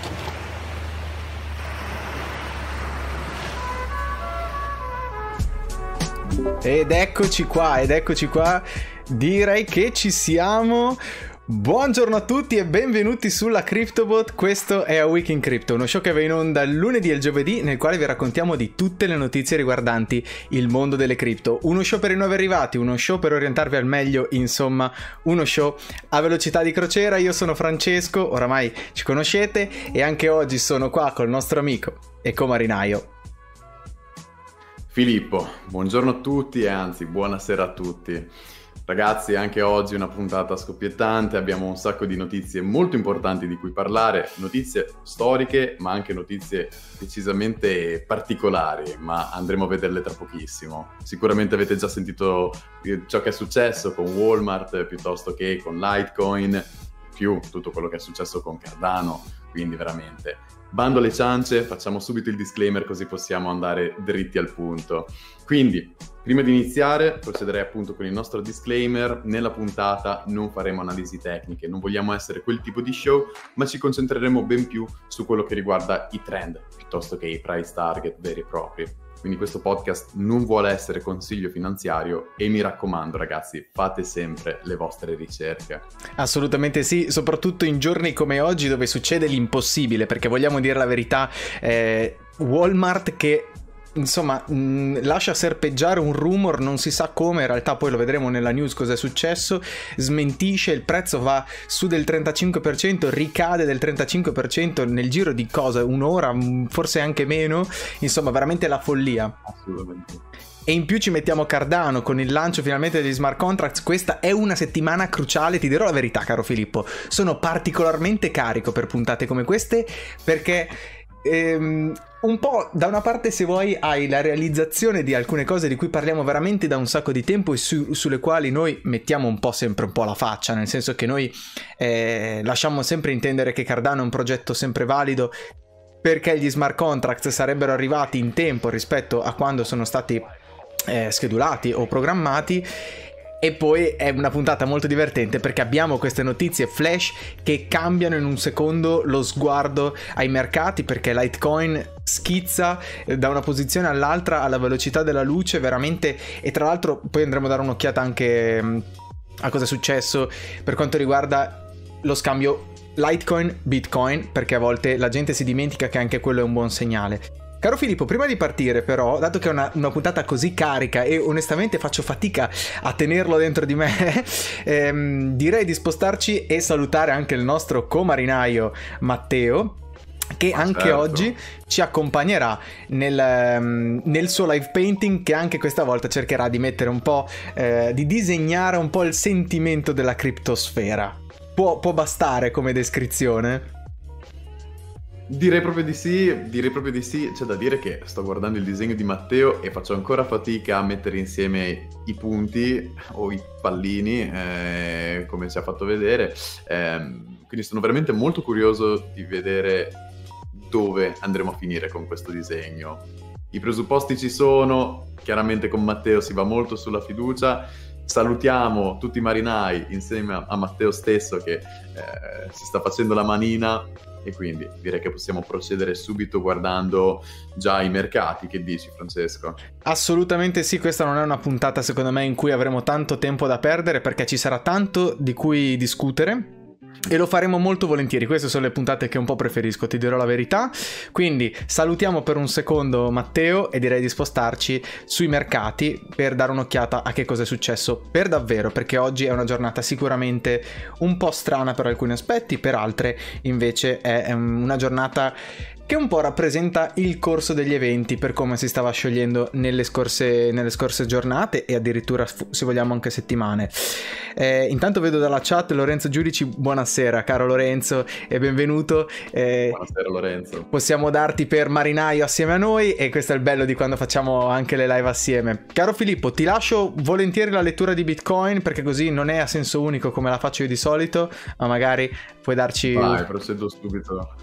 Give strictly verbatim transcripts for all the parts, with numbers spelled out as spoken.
Ed eccoci qua, ed eccoci qua, direi che ci siamo. Buongiorno a tutti e benvenuti sulla CryptoBot. Questo è A Week in Crypto, uno show che va in onda il lunedì e il giovedì, nel quale vi raccontiamo di tutte le notizie riguardanti il mondo delle cripto. Uno show per i nuovi arrivati, uno show per orientarvi al meglio, insomma uno show a velocità di crociera. Io sono Francesco, oramai ci conoscete, e anche oggi sono qua col nostro amico e comarinaio Filippo. Buongiorno a tutti e anzi buonasera a tutti. Ragazzi, anche oggi una puntata scoppiettante, abbiamo un sacco di notizie molto importanti di cui parlare, notizie storiche ma anche notizie decisamente particolari, ma andremo a vederle tra pochissimo. Sicuramente avete già sentito ciò che è successo con Walmart piuttosto che con Litecoin, più tutto quello che è successo con Cardano, quindi veramente bando alle ciance, facciamo subito il disclaimer così possiamo andare dritti al punto. Quindi, prima di iniziare, procederei appunto con il nostro disclaimer. Nella puntata non faremo analisi tecniche, non vogliamo essere quel tipo di show, ma ci concentreremo ben più su quello che riguarda i trend, piuttosto che i price target veri e propri. Quindi questo podcast non vuole essere consiglio finanziario e mi raccomando ragazzi, fate sempre le vostre ricerche. Assolutamente sì, soprattutto in giorni come oggi dove succede l'impossibile, perché vogliamo dire la verità, eh, Walmart che insomma mh, lascia serpeggiare un rumor, non si sa come, in realtà poi lo vedremo nella news cosa è successo, smentisce, il prezzo va su del trentacinque per cento, ricade del trentacinque per cento nel giro di cosa, un'ora, forse anche meno, insomma veramente la follia. Assolutamente. E in più ci mettiamo Cardano con il lancio finalmente degli smart contracts. Questa è una settimana cruciale, ti dirò la verità caro Filippo, sono particolarmente carico per puntate come queste perché Ehm, un po' da una parte, se vuoi, hai la realizzazione di alcune cose di cui parliamo veramente da un sacco di tempo e su, sulle quali noi mettiamo un po' sempre un po' la faccia, nel senso che noi eh, lasciamo sempre intendere che Cardano è un progetto sempre valido perché gli smart contracts sarebbero arrivati in tempo rispetto a quando sono stati eh, schedulati o programmati. E poi è una puntata molto divertente perché abbiamo queste notizie flash che cambiano in un secondo lo sguardo ai mercati, perché Litecoin schizza da una posizione all'altra alla velocità della luce veramente, e tra l'altro poi andremo a dare un'occhiata anche a cosa è successo per quanto riguarda lo scambio Litecoin-Bitcoin, perché a volte la gente si dimentica che anche quello è un buon segnale. Caro Filippo, prima di partire però, dato che è una, una puntata così carica e onestamente faccio fatica a tenerlo dentro di me, ehm, direi di spostarci e salutare anche il nostro comarinaio Matteo, che Ma anche certo. oggi ci accompagnerà nel, um, nel suo live painting, che anche questa volta cercherà di mettere un po', eh, di disegnare un po' il sentimento della criptosfera. Può, può bastare come descrizione? Direi proprio di sì, direi proprio di sì. C'è da dire che sto guardando il disegno di Matteo e faccio ancora fatica a mettere insieme i punti o i pallini, eh, come ci ha fatto vedere. Eh, quindi sono veramente molto curioso di vedere dove andremo a finire con questo disegno. I presupposti ci sono, chiaramente con Matteo si va molto sulla fiducia. Salutiamo tutti i marinai insieme a Matteo stesso che eh, si sta facendo la manina. E quindi direi che possiamo procedere subito guardando già i mercati. Che dici, Francesco? Assolutamente sì, questa non è una puntata secondo me in cui avremo tanto tempo da perdere, perché ci sarà tanto di cui discutere e lo faremo molto volentieri. Queste sono le puntate che un po' preferisco, ti dirò la verità. Quindi salutiamo per un secondo Matteo e direi di spostarci sui mercati per dare un'occhiata a che cosa è successo per davvero, perché oggi è una giornata sicuramente un po' strana per alcuni aspetti, per altre invece è una giornata che un po' rappresenta il corso degli eventi per come si stava sciogliendo nelle scorse, nelle scorse giornate e addirittura se vogliamo anche settimane. Eh, intanto vedo dalla chat Lorenzo Giudici, buonasera caro Lorenzo e benvenuto. Eh, buonasera Lorenzo. Possiamo darti per marinaio assieme a noi e questo è il bello di quando facciamo anche le live assieme. Caro Filippo, ti lascio volentieri la lettura di Bitcoin perché così non è a senso unico come la faccio io di solito, ma magari puoi darci... Vai, procedo subito.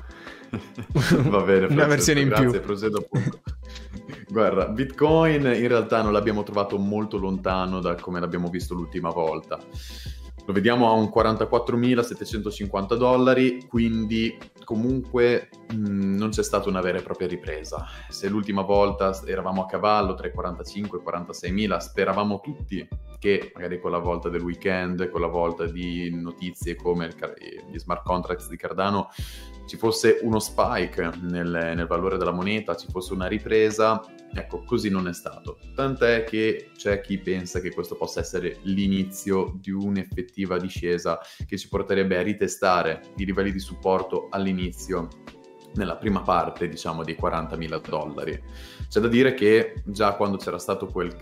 Va bene, una versione in grazie, più. procedo appunto. Guarda, Bitcoin in realtà non l'abbiamo trovato molto lontano da come l'abbiamo visto l'ultima volta. Lo vediamo a un quarantaquattromilasettecentocinquanta dollari, quindi comunque mh, non c'è stata una vera e propria ripresa. Se l'ultima volta eravamo a cavallo tra i quarantacinque e i quarantasei mila, speravamo tutti che magari con la volta del weekend, con la volta di notizie come il, gli smart contracts di Cardano, ci fosse uno spike nel, nel valore della moneta, ci fosse una ripresa. Ecco, così non è stato. Tant'è che c'è chi pensa che questo possa essere l'inizio di un'effettiva discesa che ci porterebbe a ritestare i livelli di supporto all'inizio, nella prima parte, diciamo, dei quarantamila dollari. C'è da dire che già quando c'era stato quel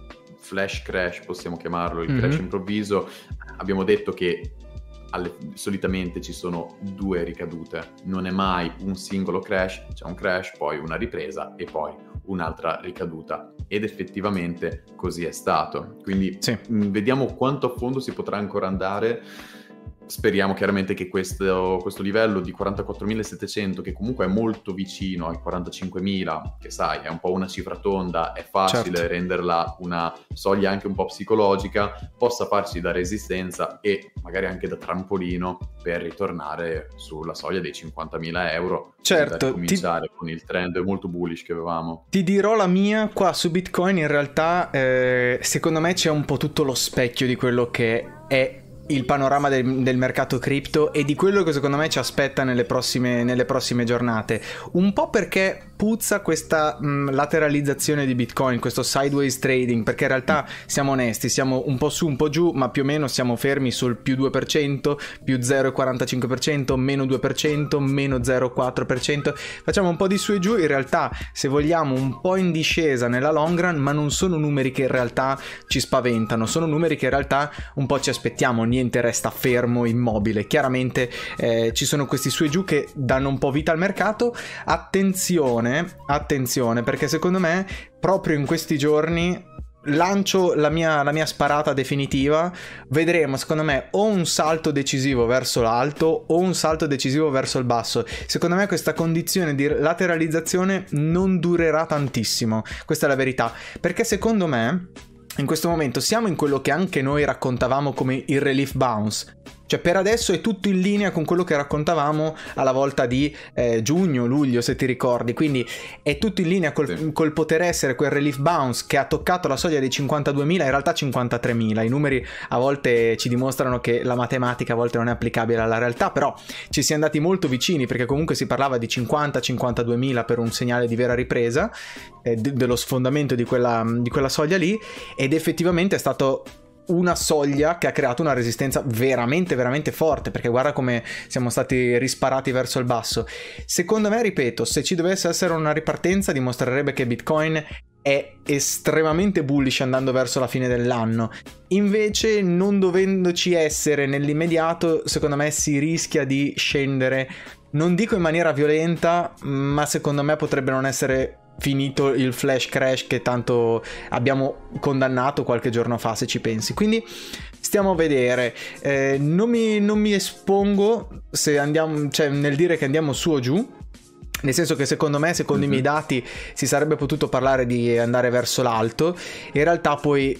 flash crash, possiamo chiamarlo, il mm-hmm. crash improvviso, abbiamo detto che Alle, solitamente ci sono due ricadute, non è mai un singolo crash, c'è un crash, poi una ripresa e poi un'altra ricaduta, ed effettivamente così è stato. Quindi sì. mh, vediamo quanto a fondo si potrà ancora andare. Speriamo chiaramente che questo, questo livello di quarantaquattromilasettecento, che comunque è molto vicino ai quarantacinquemila, che sai, è un po' una cifra tonda, è facile certo. renderla una soglia anche un po' psicologica, possa farci da resistenza e magari anche da trampolino per ritornare sulla soglia dei cinquantamila euro. Certo. Per cominciare ti... con il trend molto bullish che avevamo. Ti dirò la mia, qua su Bitcoin in realtà eh, secondo me c'è un po' tutto lo specchio di quello che è il panorama del, del mercato cripto e di quello che secondo me ci aspetta nelle prossime, nelle prossime giornate. Un po' perché puzza questa mh, lateralizzazione di Bitcoin, questo sideways trading, perché in realtà siamo onesti, siamo un po' su un po' giù, ma più o meno siamo fermi sul più due per cento, più zero virgola quarantacinque per cento, meno due per cento, meno zero virgola quattro per cento, facciamo un po' di su e giù, in realtà se vogliamo un po' in discesa nella long run, ma non sono numeri che in realtà ci spaventano, sono numeri che in realtà un po' ci aspettiamo, niente resta fermo, immobile. Chiaramente eh, ci sono questi su e giù che danno un po' vita al mercato. Attenzione, attenzione, perché secondo me proprio in questi giorni lancio la mia, la mia sparata definitiva. Vedremo secondo me o un salto decisivo verso l'alto o un salto decisivo verso il basso. Secondo me questa condizione di lateralizzazione non durerà tantissimo, questa è la verità, perché secondo me in questo momento siamo in quello che anche noi raccontavamo come il relief bounce. Cioè per adesso è tutto in linea con quello che raccontavamo alla volta di eh, giugno, luglio, se ti ricordi. Quindi è tutto in linea col, sì. col poter essere quel relief bounce che ha toccato la soglia dei cinquantaduemila, in realtà cinquantatremila. I numeri a volte ci dimostrano che la matematica a volte non è applicabile alla realtà, però ci si è andati molto vicini, perché comunque si parlava di cinquanta cinquantaduemila per un segnale di vera ripresa, eh, de- dello sfondamento di quella, di quella soglia lì, ed effettivamente è stato una soglia che ha creato una resistenza veramente veramente forte, perché guarda come siamo stati risparati verso il basso. Secondo me, ripeto, se ci dovesse essere una ripartenza dimostrerebbe che Bitcoin è estremamente bullish andando verso la fine dell'anno. Invece, non dovendoci essere nell'immediato, secondo me si rischia di scendere, non dico in maniera violenta, ma secondo me potrebbe non essere finito il flash crash che tanto abbiamo condannato qualche giorno fa, se ci pensi. Quindi stiamo a vedere. Eh, non mi, non mi espongo se andiamo, cioè, nel dire che andiamo su o giù, nel senso che secondo me, secondo mm-hmm. i miei dati, si sarebbe potuto parlare di andare verso l'alto. In realtà poi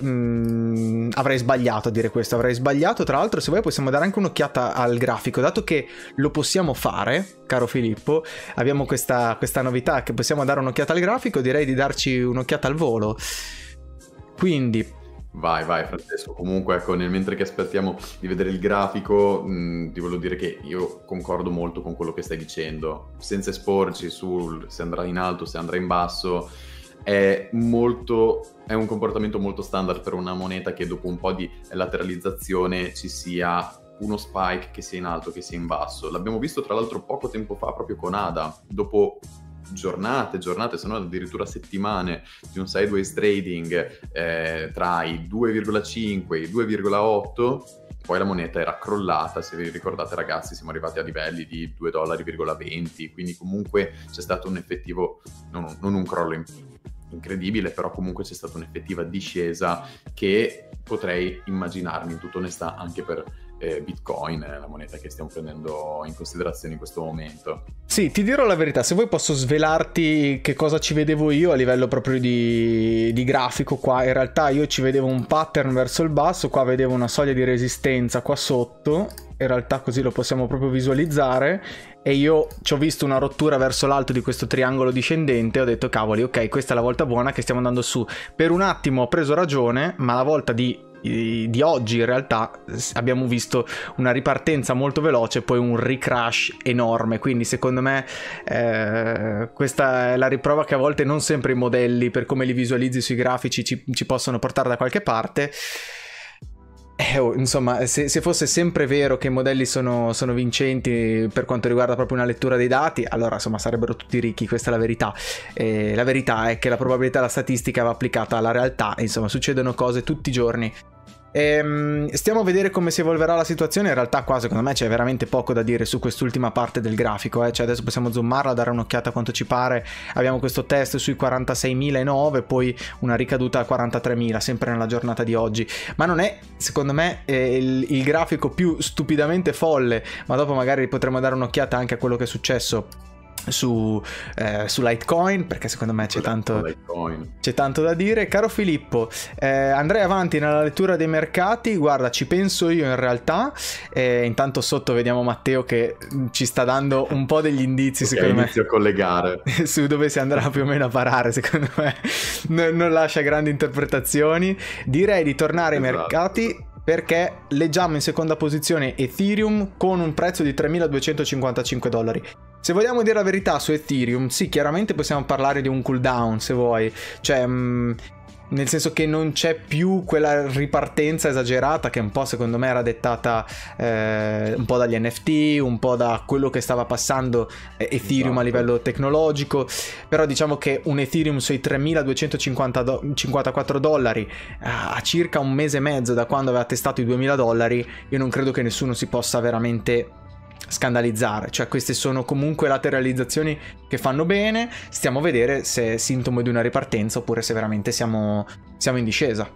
mh, avrei sbagliato a dire questo, avrei sbagliato. Tra l'altro, se vuoi possiamo dare anche un'occhiata al grafico, dato che lo possiamo fare, caro Filippo, abbiamo questa, questa novità che possiamo dare un'occhiata al grafico. Direi di darci un'occhiata al volo. Quindi vai, vai Francesco. Comunque, ecco, nel mentre che aspettiamo di vedere il grafico, mh, ti volevo dire che io concordo molto con quello che stai dicendo, senza esporci sul se andrà in alto, se andrà in basso. È molto, è un comportamento molto standard per una moneta che dopo un po' di lateralizzazione ci sia uno spike, che sia in alto, che sia in basso. L'abbiamo visto tra l'altro poco tempo fa proprio con A D A, dopo giornate, giornate, se non addirittura settimane di un sideways trading eh, tra i due virgola cinque e i due virgola otto, poi la moneta era crollata. Se vi ricordate, ragazzi, siamo arrivati a livelli di due virgola venti dollari, quindi comunque c'è stato un effettivo, non, non un crollo in, incredibile, però comunque c'è stata un'effettiva discesa che potrei immaginarmi in tutta onestà anche per eh, Bitcoin, la moneta che stiamo prendendo in considerazione in questo momento. Sì, ti dirò la verità, se vuoi posso svelarti che cosa ci vedevo io a livello proprio di, di grafico. Qua in realtà io ci vedevo un pattern verso il basso, qua vedevo una soglia di resistenza qua sotto, in realtà così lo possiamo proprio visualizzare, e io ci ho visto una rottura verso l'alto di questo triangolo discendente e ho detto cavoli, ok, questa è la volta buona che stiamo andando su. Per un attimo ho preso ragione, ma la volta di di oggi in realtà abbiamo visto una ripartenza molto veloce, poi un recrash enorme, quindi secondo me eh, questa è la riprova che a volte non sempre i modelli, per come li visualizzi sui grafici, ci, ci possono portare da qualche parte. Eh, oh, insomma, se, se fosse sempre vero che i modelli sono, sono vincenti per quanto riguarda proprio una lettura dei dati, allora insomma sarebbero tutti ricchi, questa è la verità. Eh, la verità è che la probabilità, la statistica va applicata alla realtà, insomma succedono cose tutti i giorni. Ehm, stiamo a vedere come si evolverà la situazione. In realtà qua secondo me c'è veramente poco da dire su quest'ultima parte del grafico, eh. Cioè adesso possiamo zoomarla, dare un'occhiata a quanto ci pare. Abbiemiamo questo test sui quarantaseimilanove, poi una ricaduta a quarantatremila sempre nella giornata di oggi, ma non è secondo me eh, il, il grafico più stupidamente folle, ma dopo magari potremo dare un'occhiata anche a quello che è successo su, eh, su Litecoin, perché secondo me c'è tanto, c'è tanto da dire. Caro Filippo, eh, andrei avanti nella lettura dei mercati. Guarda, ci penso io in realtà. Eh, intanto sotto vediamo Matteo che ci sta dando un po' degli indizi, okay, secondo inizio me, a collegare su dove si andrà più o meno a parare. Secondo me non, non lascia grandi interpretazioni. Direi di tornare esatto. ai mercati, perché leggiamo in seconda posizione Ethereum con un prezzo di tremiladuecentocinquantacinque dollari. Se vogliamo dire la verità su Ethereum, sì, chiaramente possiamo parlare di un cooldown se vuoi, cioè mh, nel senso che non c'è più quella ripartenza esagerata che un po' secondo me era dettata eh, un po' dagli N F T, un po' da quello che stava passando eh, Ethereum esatto. a livello tecnologico. Però diciamo che un Ethereum sui tremiladuecentocinquantaquattro dollari a circa un mese e mezzo da quando aveva testato i duemila dollari, io non credo che nessuno si possa veramente scandalizzare. Cioè queste sono comunque lateralizzazioni che fanno bene. Stiamo a vedere se è sintomo di una ripartenza oppure se veramente siamo, siamo in discesa.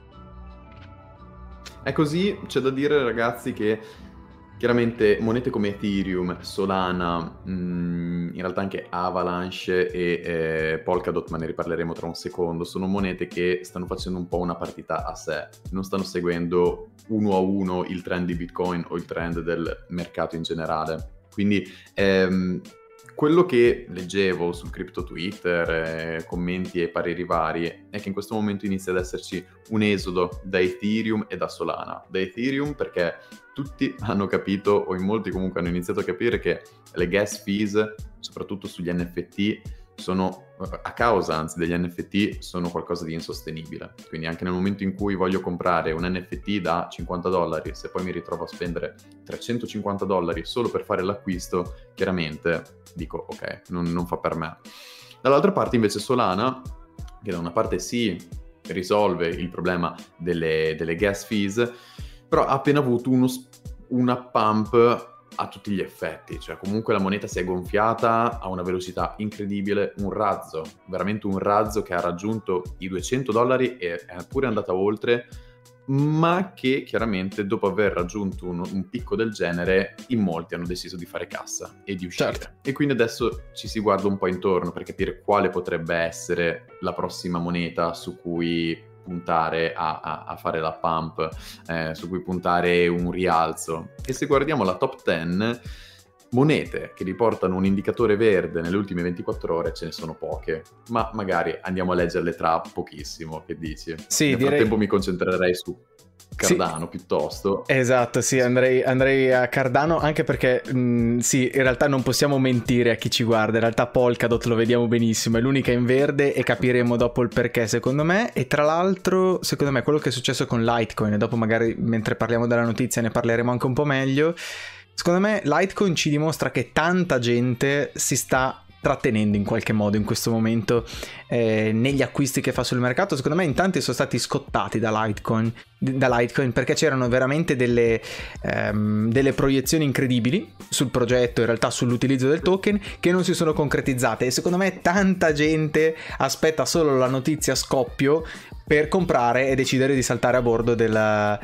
È così. C'è da dire, ragazzi, che chiaramente monete come Ethereum, Solana, mh, in realtà anche Avalanche e eh, Polkadot, ma ne riparleremo tra un secondo, sono monete che stanno facendo un po' una partita a sé, non stanno seguendo uno a uno il trend di Bitcoin o il trend del mercato in generale. Quindi ehm, quello che leggevo sul crypto Twitter, eh, commenti e pareri vari, è che in questo momento inizia ad esserci un esodo da Ethereum e da Solana. Da Ethereum perché tutti hanno capito, o in molti comunque hanno iniziato a capire, che le gas fees, soprattutto sugli N F T, sono, a causa anzi degli N F T, sono qualcosa di insostenibile. Quindi anche nel momento in cui voglio comprare un N F T da cinquanta dollari, se poi mi ritrovo a spendere trecentocinquanta dollari solo per fare l'acquisto, chiaramente dico ok, non, non fa per me. Dall'altra parte invece Solana, che da una parte sì risolve il problema delle, delle gas fees, però ha appena avuto uno, una pump a tutti gli effetti, cioè comunque la moneta si è gonfiata a una velocità incredibile, un razzo, veramente un razzo che ha raggiunto i duecento dollari e è pure andata oltre, ma che chiaramente dopo aver raggiunto un, un picco del genere in molti hanno deciso di fare cassa e di uscire. Certo. E quindi adesso ci si guarda un po' intorno per capire quale potrebbe essere la prossima moneta su cui puntare a, a, a fare la pump, eh, su cui puntare un rialzo. E se guardiamo la top dieci monete che riportano un indicatore verde nelle ultime ventiquattro ore, ce ne sono poche, ma magari andiamo a leggerle tra pochissimo. Che dici? Sì, nel direi... frattempo mi concentrerei su Cardano, sì, piuttosto. Esatto, sì, andrei, andrei a Cardano, anche perché mh, sì, in realtà non possiamo mentire a chi ci guarda. In realtà Polkadot lo vediamo benissimo, è l'unica in verde e capiremo dopo il perché, secondo me. E tra l'altro, secondo me, quello che è successo con Litecoin, e dopo magari mentre parliamo della notizia ne parleremo anche un po' meglio, secondo me Litecoin ci dimostra che tanta gente si sta trattenendo in qualche modo in questo momento eh, negli acquisti che fa sul mercato. Secondo me in tanti sono stati scottati da Litecoin, da Litecoin perché c'erano veramente delle, ehm, delle proiezioni incredibili sul progetto, in realtà sull'utilizzo del token, che non si sono concretizzate, e secondo me tanta gente aspetta solo la notizia scoppio per comprare e decidere di saltare a bordo della,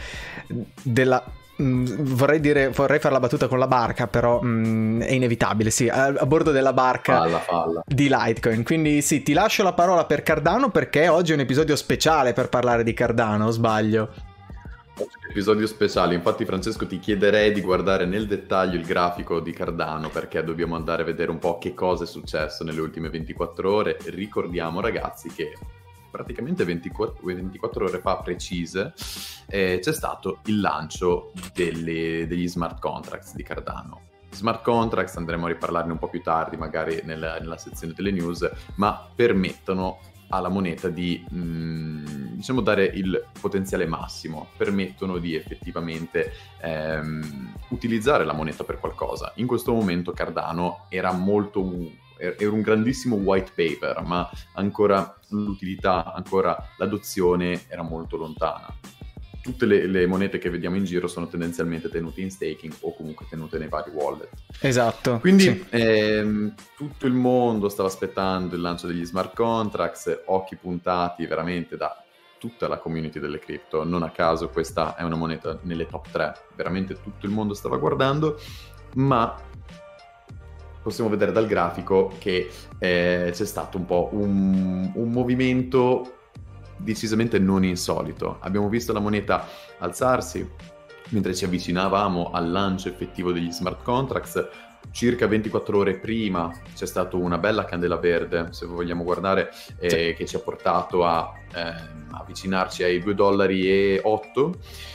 della vorrei dire, vorrei fare la battuta con la barca, però mh, è inevitabile, sì, a, a bordo della barca falla, falla. di Litecoin. Quindi sì, ti lascio la parola per Cardano, perché oggi è un episodio speciale per parlare di Cardano, o sbaglio? Episodio speciale, infatti Francesco ti chiederei di guardare nel dettaglio il grafico di Cardano perché dobbiamo andare a vedere un po' che cosa è successo nelle ultime ventiquattro ore. Ricordiamo ragazzi che praticamente ventiquattro, ventiquattro ore fa precise eh, c'è stato il lancio delle, degli smart contracts di Cardano. Smart contracts andremo a riparlarne un po' più tardi magari nella, nella sezione delle news, ma permettono alla moneta di mh, diciamo dare il potenziale massimo, permettono di effettivamente ehm, utilizzare la moneta per qualcosa. In questo momento Cardano era molto un, era un grandissimo white paper, ma ancora l'utilità, ancora l'adozione era molto lontana. Tutte le, le monete che vediamo in giro sono tendenzialmente tenute in staking o comunque tenute nei vari wallet. Esatto. Quindi sì. ehm, tutto il mondo stava aspettando il lancio degli smart contracts, occhi puntati veramente da tutta la community delle cripto. Non a caso questa è una moneta nelle top tre, veramente tutto il mondo stava guardando, ma possiamo vedere dal grafico che eh, c'è stato un po' un, un movimento decisamente non insolito. Abbiamo visto la moneta alzarsi mentre ci avvicinavamo al lancio effettivo degli smart contracts. Circa ventiquattro ore prima c'è stata una bella candela verde, se vogliamo guardare, eh, sì. che ci ha portato a eh, avvicinarci ai due dollari e otto.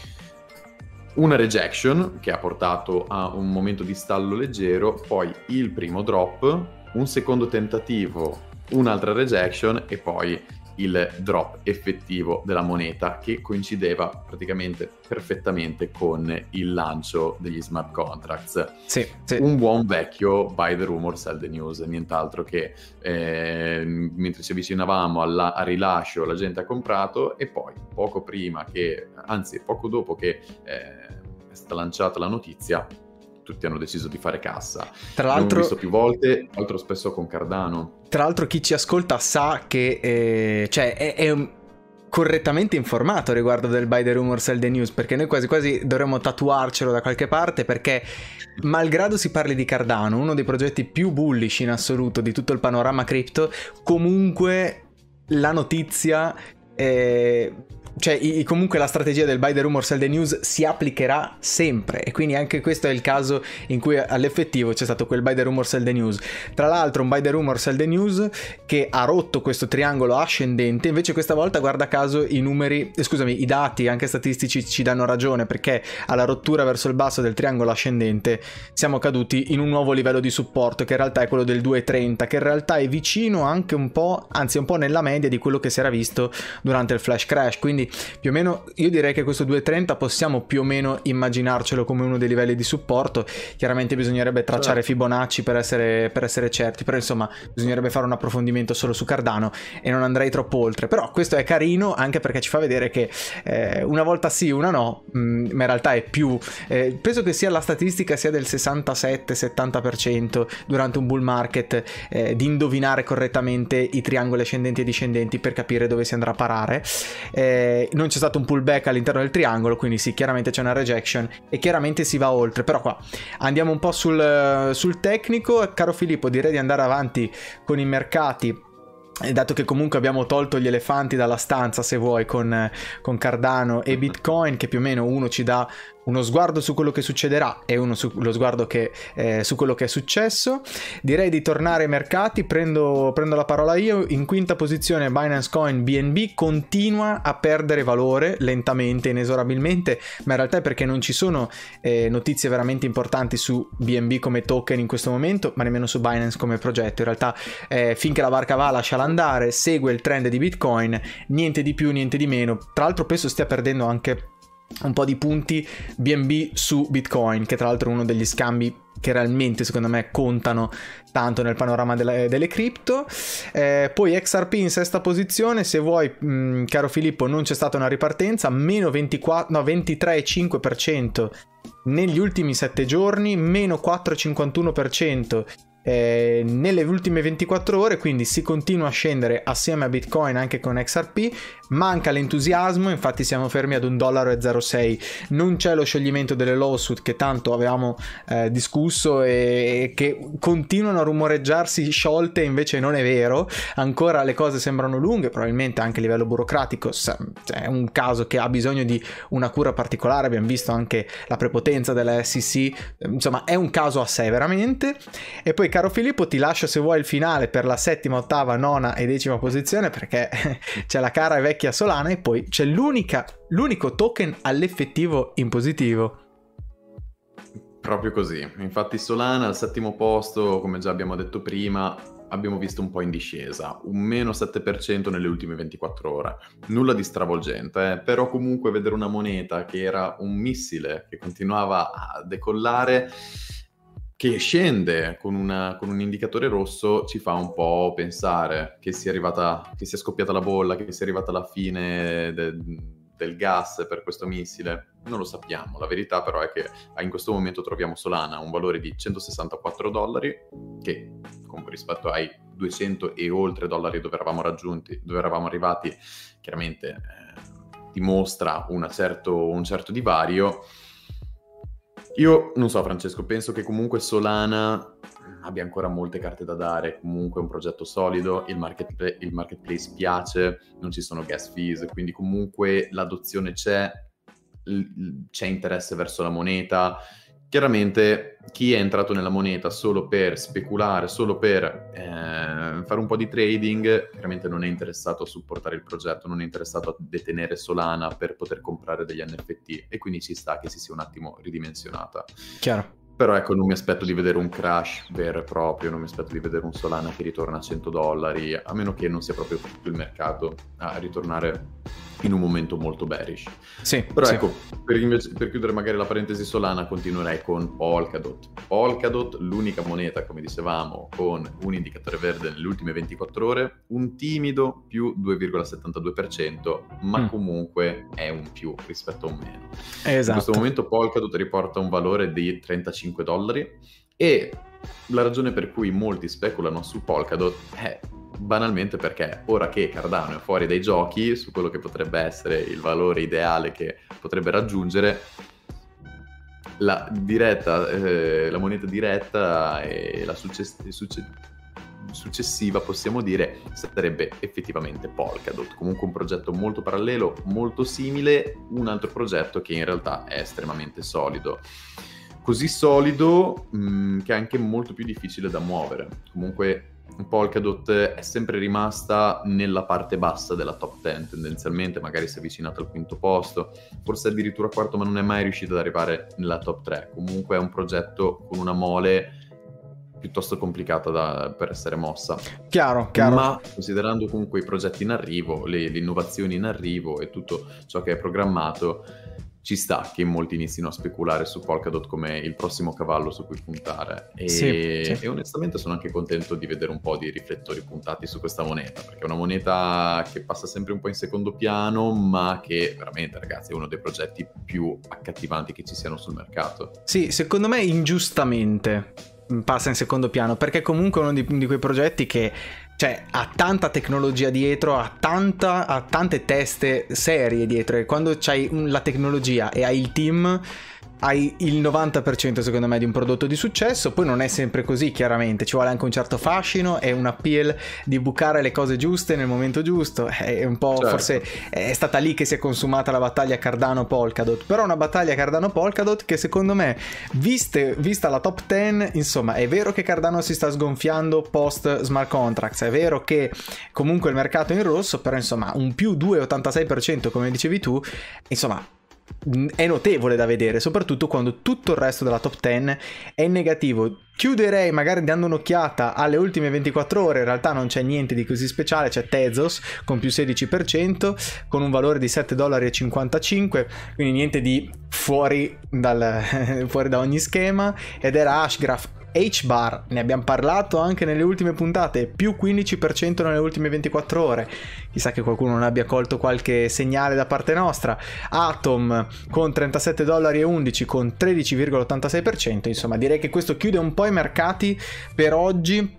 Una rejection che ha portato a un momento di stallo leggero, poi il primo drop, un secondo tentativo, un'altra rejection e poi il drop effettivo della moneta che coincideva praticamente perfettamente con il lancio degli smart contracts. Sì, sì. Un buon vecchio buy the rumor, sell the news, nient'altro che eh, mentre ci avvicinavamo alla, al rilascio la gente ha comprato e poi poco prima che, anzi poco dopo che eh, è stata lanciata la notizia, tutti hanno deciso di fare cassa. Tra l'altro, l'abbiamo visto più volte, altro spesso con Cardano. Tra l'altro chi ci ascolta sa che eh, cioè è, è correttamente informato riguardo del buy the rumor sell the news, perché noi quasi quasi dovremmo tatuarcelo da qualche parte, perché malgrado si parli di Cardano, uno dei progetti più bullish in assoluto di tutto il panorama cripto, comunque la notizia eh, cioè i, comunque la strategia del buy the rumor sell the news si applicherà sempre, e quindi anche questo è il caso in cui all'effettivo c'è stato quel buy the rumor sell the news. Tra l'altro un buy the rumor sell the news che ha rotto questo triangolo ascendente, invece questa volta guarda caso i numeri, eh, scusami, i dati anche statistici ci danno ragione, perché alla rottura verso il basso del triangolo ascendente siamo caduti in un nuovo livello di supporto che in realtà è quello del due virgola trenta, che in realtà è vicino anche un po', anzi un po' nella media di quello che si era visto durante il flash crash. Quindi più o meno io direi che questo due virgola trenta possiamo più o meno immaginarcelo come uno dei livelli di supporto. Chiaramente bisognerebbe tracciare certo. Fibonacci per essere, per essere certi, però insomma bisognerebbe fare un approfondimento solo su Cardano e non andrei troppo oltre. Però questo è carino anche perché ci fa vedere che eh, una volta sì, una no, mh, ma in realtà è più, eh, penso che sia la statistica sia del sessantasette settanta per cento durante un bull market, eh, di indovinare correttamente i triangoli ascendenti e discendenti per capire dove si andrà a parare. eh, non c'è stato un pullback all'interno del triangolo, quindi sì, chiaramente c'è una rejection e chiaramente si va oltre. Però qua andiamo un po' sul, sul tecnico. Caro Filippo, direi di andare avanti con i mercati, dato che comunque abbiamo tolto gli elefanti dalla stanza, se vuoi, con, con Cardano e Bitcoin, che più o meno uno ci dà uno sguardo su quello che succederà e uno sullo sguardo che, eh, su quello che è successo. Direi di tornare ai mercati, prendo, prendo la parola io. In quinta posizione Binance Coin B N B continua a perdere valore lentamente, inesorabilmente, ma in realtà è perché non ci sono eh, notizie veramente importanti su B N B come token in questo momento, ma nemmeno su Binance come progetto. In realtà eh, finché la barca va lasciala andare, segue il trend di Bitcoin, niente di più, niente di meno. Tra l'altro penso stia perdendo anche un po' di punti B N B su Bitcoin, che tra l'altro è uno degli scambi che realmente secondo me contano tanto nel panorama delle, delle cripto. Eh, poi X R P in sesta posizione, se vuoi mh, caro Filippo, non c'è stata una ripartenza, meno ventiquattro, no, ventitré virgola cinque per cento negli ultimi sette giorni, meno quattro virgola cinquantuno per cento eh, nelle ultime ventiquattro ore, quindi si continua a scendere assieme a Bitcoin anche con X R P. Manca l'entusiasmo, infatti siamo fermi ad un dollaro e zero sei. Non c'è lo scioglimento delle lawsuit che tanto avevamo eh, discusso e che continuano a rumoreggiarsi sciolte, invece non è vero, ancora le cose sembrano lunghe, probabilmente anche a livello burocratico è un caso che ha bisogno di una cura particolare. Abbiamo visto anche la prepotenza della S E C, insomma è un caso a sé veramente. E poi, caro Filippo, ti lascio se vuoi il finale per la settima, ottava, nona e decima posizione, perché c'è la cara e vecchia Solana e poi c'è l'unica, l'unico token all'effettivo in positivo. Proprio così, infatti Solana al settimo posto, come già abbiamo detto prima, abbiamo visto un po' in discesa, un meno sette per cento nelle ultime ventiquattro ore, nulla di stravolgente, eh? Però comunque vedere una moneta che era un missile, che continuava a decollare, che scende con, una, con un indicatore rosso, ci fa un po' pensare che sia arrivata, che sia scoppiata la bolla, che sia arrivata la fine de, del gas per questo missile. Non lo sappiamo, la verità però è che in questo momento troviamo Solana a un valore di centosessantaquattro dollari, che rispetto ai duecento e oltre dollari dove eravamo raggiunti, dove eravamo arrivati, chiaramente eh, dimostra una certo, un certo divario. Io non so, Francesco, penso che comunque Solana abbia ancora molte carte da dare, comunque è un progetto solido, il, market, il marketplace piace, non ci sono gas fees, quindi comunque l'adozione c'è, c'è interesse verso la moneta. Chiaramente chi è entrato nella moneta solo per speculare, solo per eh, fare un po' di trading, chiaramente non è interessato a supportare il progetto, non è interessato a detenere Solana per poter comprare degli N F T, e quindi ci sta che si sia un attimo ridimensionata. Chiaro. Però ecco, non mi aspetto di vedere un crash vero e proprio, non mi aspetto di vedere un Solana che ritorna a cento dollari, a meno che non sia proprio tutto il mercato a ritornare in un momento molto bearish. Sì, però sì. ecco, per, invece, per chiudere magari la parentesi Solana, continuerei con Polkadot. Polkadot, l'unica moneta, come dicevamo, con un indicatore verde nelle ultime ventiquattro ore, un timido più due virgola settantadue per cento, ma mm. comunque è un più rispetto a un meno. Esatto. In questo momento Polkadot riporta un valore di trentacinque dollari, e la ragione per cui molti speculano su Polkadot è banalmente perché ora che Cardano è fuori dai giochi su quello che potrebbe essere il valore ideale che potrebbe raggiungere, la diretta, eh, la moneta diretta e la success- succe- successiva, possiamo dire, sarebbe effettivamente Polkadot. Comunque un progetto molto parallelo, molto simile, un altro progetto che in realtà è estremamente solido. Così solido mh, che è anche molto più difficile da muovere. Comunque Polkadot è sempre rimasta nella parte bassa della top dieci tendenzialmente, magari si è avvicinata al quinto posto, forse addirittura quarto, ma non è mai riuscita ad arrivare nella top tre. Comunque è un progetto con una mole piuttosto complicata da, per essere mossa. Chiaro, chiaro. Ma considerando comunque i progetti in arrivo, le, le innovazioni in arrivo e tutto ciò che è programmato, ci sta che molti inizino a speculare su Polkadot come il prossimo cavallo su cui puntare. E, sì, sì. e onestamente sono anche contento di vedere un po' di riflettori puntati su questa moneta, perché è una moneta che passa sempre un po' in secondo piano, ma che veramente, ragazzi, è uno dei progetti più accattivanti che ci siano sul mercato. Sì, secondo me ingiustamente passa in secondo piano, perché comunque è uno di, di quei progetti che, cioè, ha tanta tecnologia dietro, ha, tanta, ha tante teste serie dietro, e quando c'hai la tecnologia e hai il team, hai il novanta per cento secondo me di un prodotto di successo. Poi non è sempre così, chiaramente ci vuole anche un certo fascino e un appeal di bucare le cose giuste nel momento giusto. È un po', certo. Forse è stata lì che si è consumata la battaglia Cardano-Polkadot, però una battaglia Cardano-Polkadot che secondo me, viste, vista la top dieci, insomma, è vero che Cardano si sta sgonfiando post smart contracts, è vero che comunque il mercato è in rosso, però insomma un più due virgola ottantasei per cento come dicevi tu, insomma è notevole da vedere, soprattutto quando tutto il resto della top dieci è in negativo. Chiuderei magari dando un'occhiata alle ultime ventiquattro ore, in realtà non c'è niente di così speciale, c'è Tezos con più sedici per cento con un valore di sette virgola cinquantacinque dollari, quindi niente di fuori, dal, fuori da ogni schema, ed era Hashgraph H-Bar, ne abbiamo parlato anche nelle ultime puntate, più quindici per cento nelle ultime ventiquattro ore. Chissà che qualcuno non abbia colto qualche segnale da parte nostra. Atom con trentasette dollari e undici con tredici virgola ottantasei per cento. Insomma, direi che questo chiude un po' i mercati per oggi.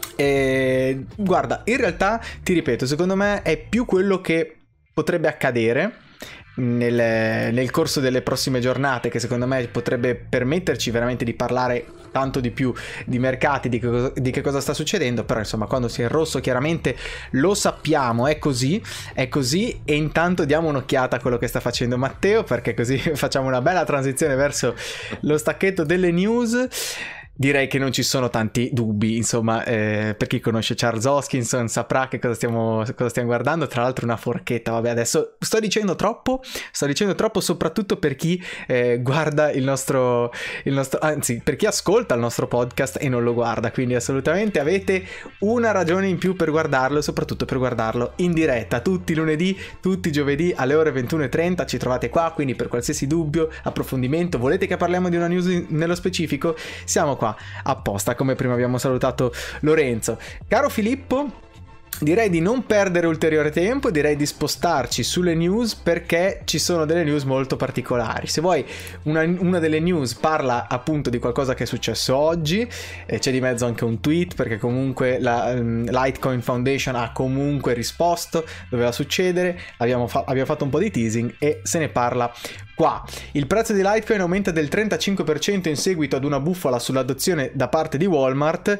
E guarda, in realtà ti ripeto, secondo me è più quello che potrebbe accadere nel, nel corso delle prossime giornate, che secondo me potrebbe permetterci veramente di parlare tanto di più di mercati, di che, di che cosa sta succedendo. Però insomma, quando si è in rosso chiaramente lo sappiamo, è così, è così. E intanto diamo un'occhiata a quello che sta facendo Matteo, perché così facciamo una bella transizione verso lo stacchetto delle news. Direi che non ci sono tanti dubbi, insomma, eh, per chi conosce Charles Hoskinson saprà che cosa stiamo, cosa stiamo guardando. Tra l'altro una forchetta, vabbè, adesso sto dicendo troppo, sto dicendo troppo soprattutto per chi eh, guarda il nostro, il nostro, anzi per chi ascolta il nostro podcast e non lo guarda, quindi assolutamente avete una ragione in più per guardarlo, soprattutto per guardarlo in diretta, tutti i lunedì, tutti i giovedì alle ore ventuno e trenta, ci trovate qua, quindi per qualsiasi dubbio, approfondimento, volete che parliamo di una news nello specifico, siamo qua apposta, come prima abbiamo salutato Lorenzo. Caro Filippo, direi di non perdere ulteriore tempo, direi di spostarci sulle news, perché ci sono delle news molto particolari. Se vuoi, una, una delle news parla appunto di qualcosa che è successo oggi, e c'è di mezzo anche un tweet, perché comunque la um, Litecoin Foundation ha comunque risposto, doveva succedere, abbiamo, fa- abbiamo fatto un po' di teasing e se ne parla qua. Il prezzo di Litecoin aumenta del trentacinque per cento in seguito ad una bufala sull'adozione da parte di Walmart.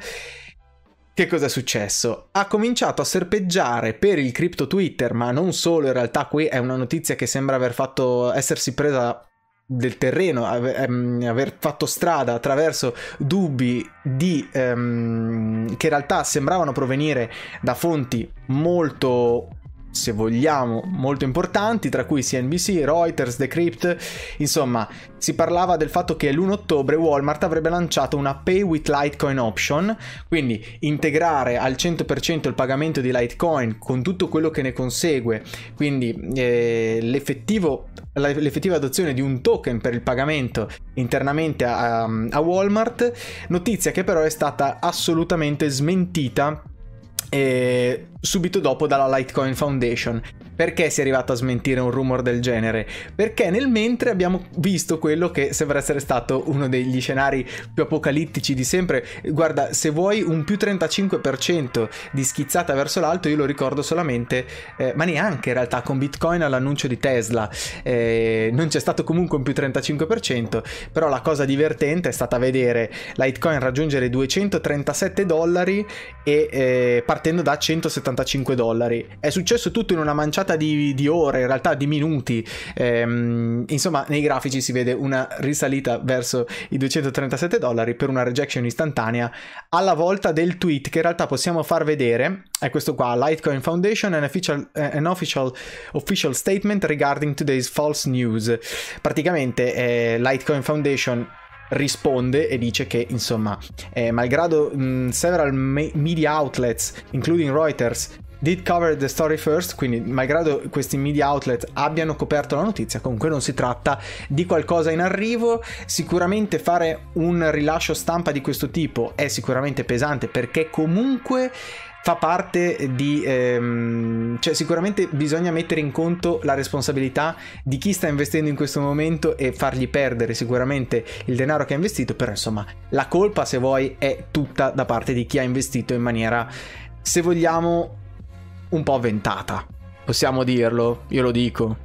Che cosa è successo? Ha cominciato a serpeggiare per il crypto Twitter, ma non solo, in realtà qui è una notizia che sembra aver fatto essersi presa del terreno, aver, aver fatto strada attraverso dubbi di ehm, che in realtà sembravano provenire da fonti molto, se vogliamo, molto importanti, tra cui C N B C, Reuters, Decrypt. Insomma, si parlava del fatto che l'primo ottobre Walmart avrebbe lanciato una Pay with Litecoin option, quindi integrare al cento per cento il pagamento di Litecoin con tutto quello che ne consegue, quindi eh, l'effettivo, l'effettiva adozione di un token per il pagamento internamente a, a Walmart, notizia che però è stata assolutamente smentita E subito dopo dalla Litecoin Foundation. Perché si è arrivato a smentire un rumor del genere? Perché nel mentre abbiamo visto quello che sembra essere stato uno degli scenari più apocalittici di sempre. Guarda, se vuoi un più trentacinque per cento di schizzata verso l'alto, io lo ricordo solamente, eh, ma neanche in realtà con Bitcoin all'annuncio di Tesla, eh, non c'è stato comunque un più trentacinque per cento, però la cosa divertente è stata vedere Litecoin raggiungere duecentotrentasette dollari e eh, partendo da centosettantacinque dollari. È successo tutto in una manciata Di, di ore, in realtà di minuti. Ehm, insomma, nei grafici si vede una risalita verso i duecentotrentasette dollari per una rejection istantanea alla volta del tweet, che in realtà possiamo far vedere. È questo qua: Litecoin Foundation, an official, an official, official statement regarding today's false news. Praticamente eh, Litecoin Foundation risponde e dice che insomma eh, malgrado mh, several me- media outlets including Reuters did cover the story first, quindi malgrado questi media outlet abbiano coperto la notizia, comunque non si tratta di qualcosa in arrivo. Sicuramente fare un rilascio stampa di questo tipo è sicuramente pesante, perché comunque fa parte di ehm, cioè sicuramente bisogna mettere in conto la responsabilità di chi sta investendo in questo momento e fargli perdere sicuramente il denaro che ha investito. Però insomma la colpa, se vuoi, è tutta da parte di chi ha investito in maniera, se vogliamo, un po' avventata, possiamo dirlo, io lo dico.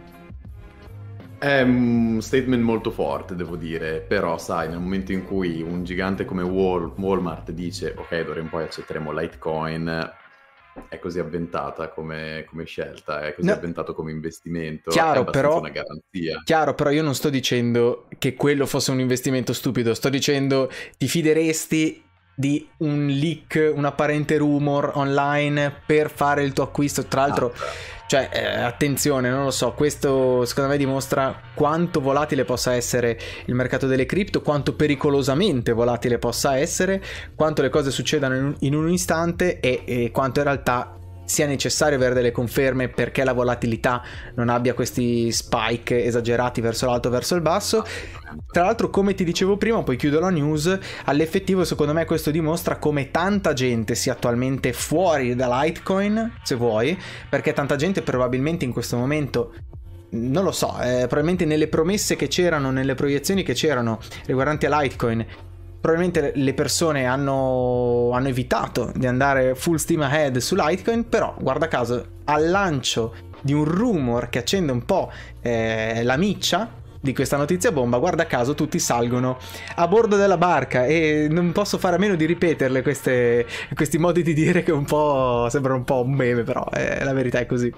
È un statement molto forte, devo dire, però sai, nel momento in cui un gigante come Wal- Walmart dice ok, d'ora in poi accetteremo Litecoin, è così avventata come, come scelta, è così no. avventato come investimento, chiaro, è abbastanza però, una garanzia. Chiaro, però io non sto dicendo che quello fosse un investimento stupido, sto dicendo ti fideresti di un leak, un apparente rumor online per fare il tuo acquisto. Tra l'altro, ah, cioè, eh, attenzione, non lo so, questo secondo me dimostra quanto volatile possa essere il mercato delle cripto, quanto pericolosamente volatile possa essere, quanto le cose succedano in un, in un istante e, e quanto in realtà sia necessario avere delle conferme perché la volatilità non abbia questi spike esagerati verso l'alto o verso il basso. Tra l'altro, come ti dicevo prima, poi chiudo la news, all'effettivo secondo me questo dimostra come tanta gente sia attualmente fuori da Litecoin, se vuoi, perché tanta gente probabilmente in questo momento, non lo so, eh, probabilmente nelle promesse che c'erano, nelle proiezioni che c'erano riguardanti a Litecoin, probabilmente le persone hanno, hanno evitato di andare full steam ahead su Litecoin, però guarda caso al lancio di un rumor che accende un po' eh, la miccia di questa notizia bomba, guarda caso tutti salgono a bordo della barca, e non posso fare a meno di ripeterle queste, questi modi di dire che un po' sembrano un po' un meme, però eh, la verità è così.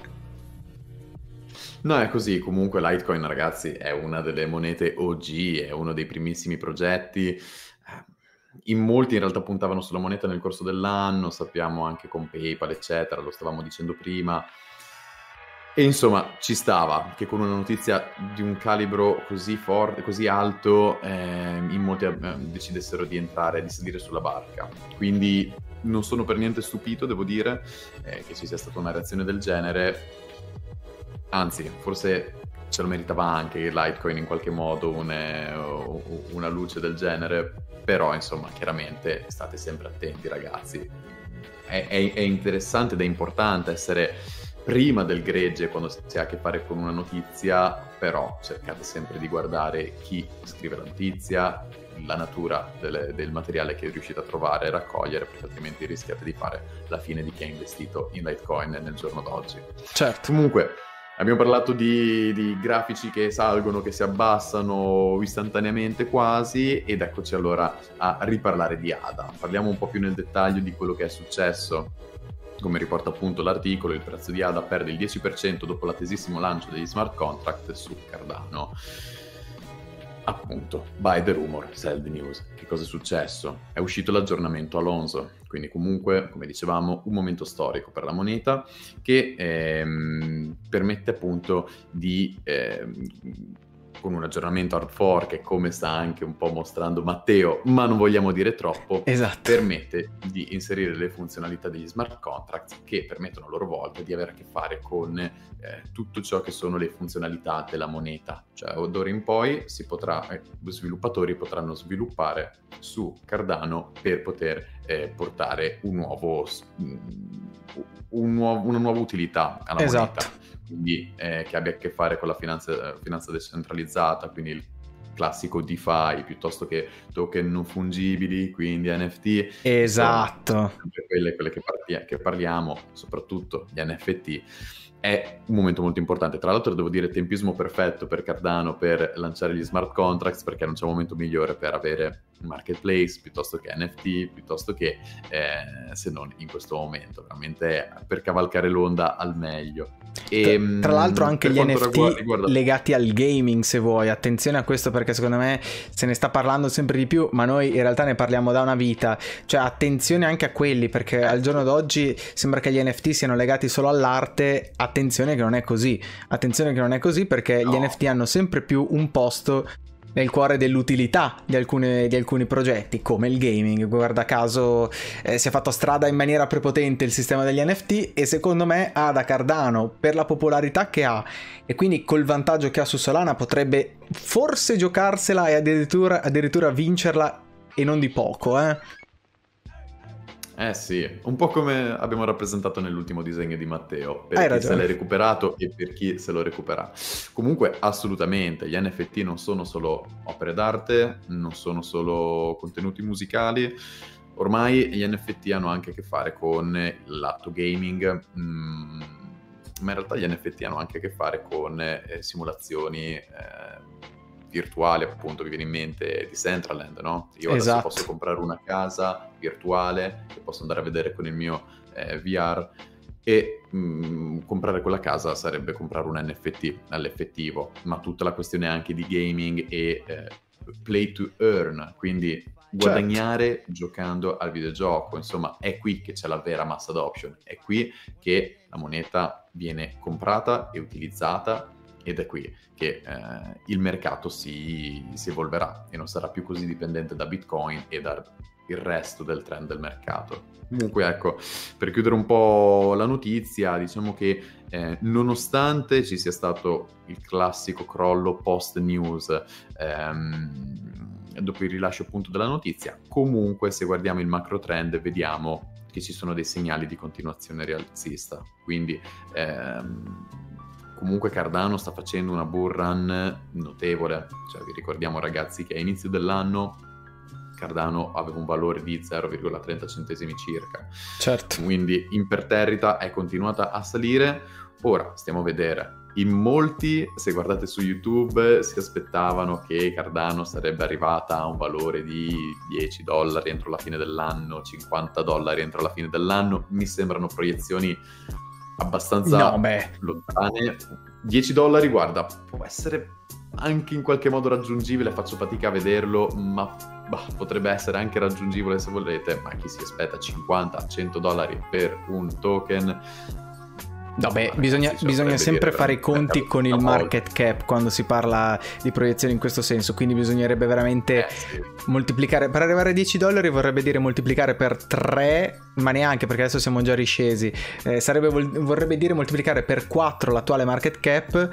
No, è così. Comunque Litecoin, ragazzi, è una delle monete O G, è uno dei primissimi progetti. In molti in realtà puntavano sulla moneta nel corso dell'anno, sappiamo anche con PayPal, eccetera, lo stavamo dicendo prima. E insomma, ci stava che con una notizia di un calibro così forte, così alto, eh, in molti eh, decidessero di entrare, di salire sulla barca. Quindi non sono per niente stupito, devo dire, eh, che ci sia stata una reazione del genere. Anzi, forse ce lo meritava anche Litecoin in qualche modo une, una luce del genere, però insomma, chiaramente state sempre attenti, ragazzi. È, è, è interessante ed è importante essere prima del gregge quando si ha a che fare con una notizia, però cercate sempre di guardare chi scrive la notizia, la natura del, del materiale che riuscite a trovare e raccogliere, perché altrimenti rischiate di fare la fine di chi ha investito in Litecoin nel giorno d'oggi. Certo. Comunque, abbiamo parlato di, di grafici che salgono, che si abbassano istantaneamente quasi, ed eccoci allora a riparlare di A D A. Parliamo un po' più nel dettaglio di quello che è successo. Come riporta appunto l'articolo, il prezzo di A D A perde il dieci per cento dopo l'attesissimo lancio degli smart contract su Cardano. Appunto, buy the rumor, sell the news. Che cosa è successo? È uscito l'aggiornamento Alonso, quindi comunque, come dicevamo, un momento storico per la moneta che ehm, permette appunto di... Ehm, con un aggiornamento hard fork, e come sta anche un po' mostrando Matteo, ma non vogliamo dire troppo, esatto, permette di inserire le funzionalità degli smart contracts che permettono a loro volta di avere a che fare con eh, tutto ciò che sono le funzionalità della moneta. Cioè, d'ora in poi si potrà, eh, gli sviluppatori potranno sviluppare su Cardano per poter eh, portare un nuovo, un nuovo, una nuova utilità alla esatto. moneta. Quindi eh, che abbia a che fare con la finanza, finanza decentralizzata, quindi il classico DeFi, piuttosto che token non fungibili, quindi N F T. Esatto. Sono sempre quelle, quelle che, parti- che parliamo, soprattutto gli N F T. È un momento molto importante. Tra l'altro devo dire tempismo perfetto per Cardano per lanciare gli smart contracts, perché non c'è un momento migliore per avere un marketplace piuttosto che N F T, piuttosto che eh, se non in questo momento, veramente per cavalcare l'onda al meglio. E, tra, tra l'altro anche gli N F T riguarda, riguarda... legati al gaming, se vuoi, attenzione a questo, perché secondo me se ne sta parlando sempre di più, ma noi in realtà ne parliamo da una vita. Cioè attenzione anche a quelli, perché eh, al giorno d'oggi sembra che gli N F T siano legati solo all'arte. Attenzione che non è così, attenzione che non è così, perché no. Gli N F T hanno sempre più un posto nel cuore dell'utilità di alcune, di alcuni progetti, come il gaming. Guarda caso eh, si è fatto strada in maniera prepotente il sistema degli N F T, e secondo me A D A Cardano, per la popolarità che ha e quindi col vantaggio che ha su Solana, potrebbe forse giocarsela e addirittura, addirittura vincerla, e non di poco, eh. Eh sì, un po' come abbiamo rappresentato nell'ultimo disegno di Matteo, per Hai chi ragione. se l'è recuperato e per chi se lo recupererà. Comunque, assolutamente, gli N F T non sono solo opere d'arte, non sono solo contenuti musicali. Ormai gli N F T hanno anche a che fare con il lato gaming, mm, ma in realtà gli N F T hanno anche a che fare con eh, simulazioni eh, virtuali, appunto, mi viene in mente Decentraland, no? Io adesso Esatto. posso comprare una casa virtuale che posso andare a vedere con il mio eh, V R, e mh, comprare quella casa sarebbe comprare un N F T all'effettivo, ma tutta la questione anche di gaming e eh, play to earn, quindi guadagnare certo. giocando al videogioco. Insomma, è qui che c'è la vera mass adoption, è qui che la moneta viene comprata e utilizzata, ed è qui che eh, il mercato si, si evolverà e non sarà più così dipendente da Bitcoin e dal il resto del trend del mercato. Comunque ecco, per chiudere un po' la notizia, diciamo che eh, nonostante ci sia stato il classico crollo post news ehm, dopo il rilascio appunto della notizia, comunque se guardiamo il macro trend vediamo che ci sono dei segnali di continuazione rialzista, quindi ehm, comunque Cardano sta facendo una bull run notevole, cioè vi ricordiamo ragazzi che a inizio dell'anno Cardano aveva un valore di zero virgola trenta centesimi circa, certo, quindi imperterrita è continuata a salire. Ora stiamo a vedere, in molti, se guardate su YouTube, si aspettavano che Cardano sarebbe arrivata a un valore di dieci dollari entro la fine dell'anno, cinquanta dollari entro la fine dell'anno. Mi sembrano proiezioni abbastanza no, beh. lontane. dieci dollari, guarda, può essere anche in qualche modo raggiungibile, faccio fatica a vederlo, ma bah, potrebbe essere anche raggiungibile se volete, ma chi si aspetta cinquanta cento dollari per un token? Vabbè, Ragazzi, bisogna, bisogna sempre fare i conti con il market cap quando si parla di proiezioni in questo senso, quindi bisognerebbe veramente eh, sì. moltiplicare, per arrivare a dieci dollari vorrebbe dire moltiplicare per tre, ma neanche, perché adesso siamo già riscesi, eh, sarebbe, vorrebbe dire moltiplicare per quattro l'attuale market cap,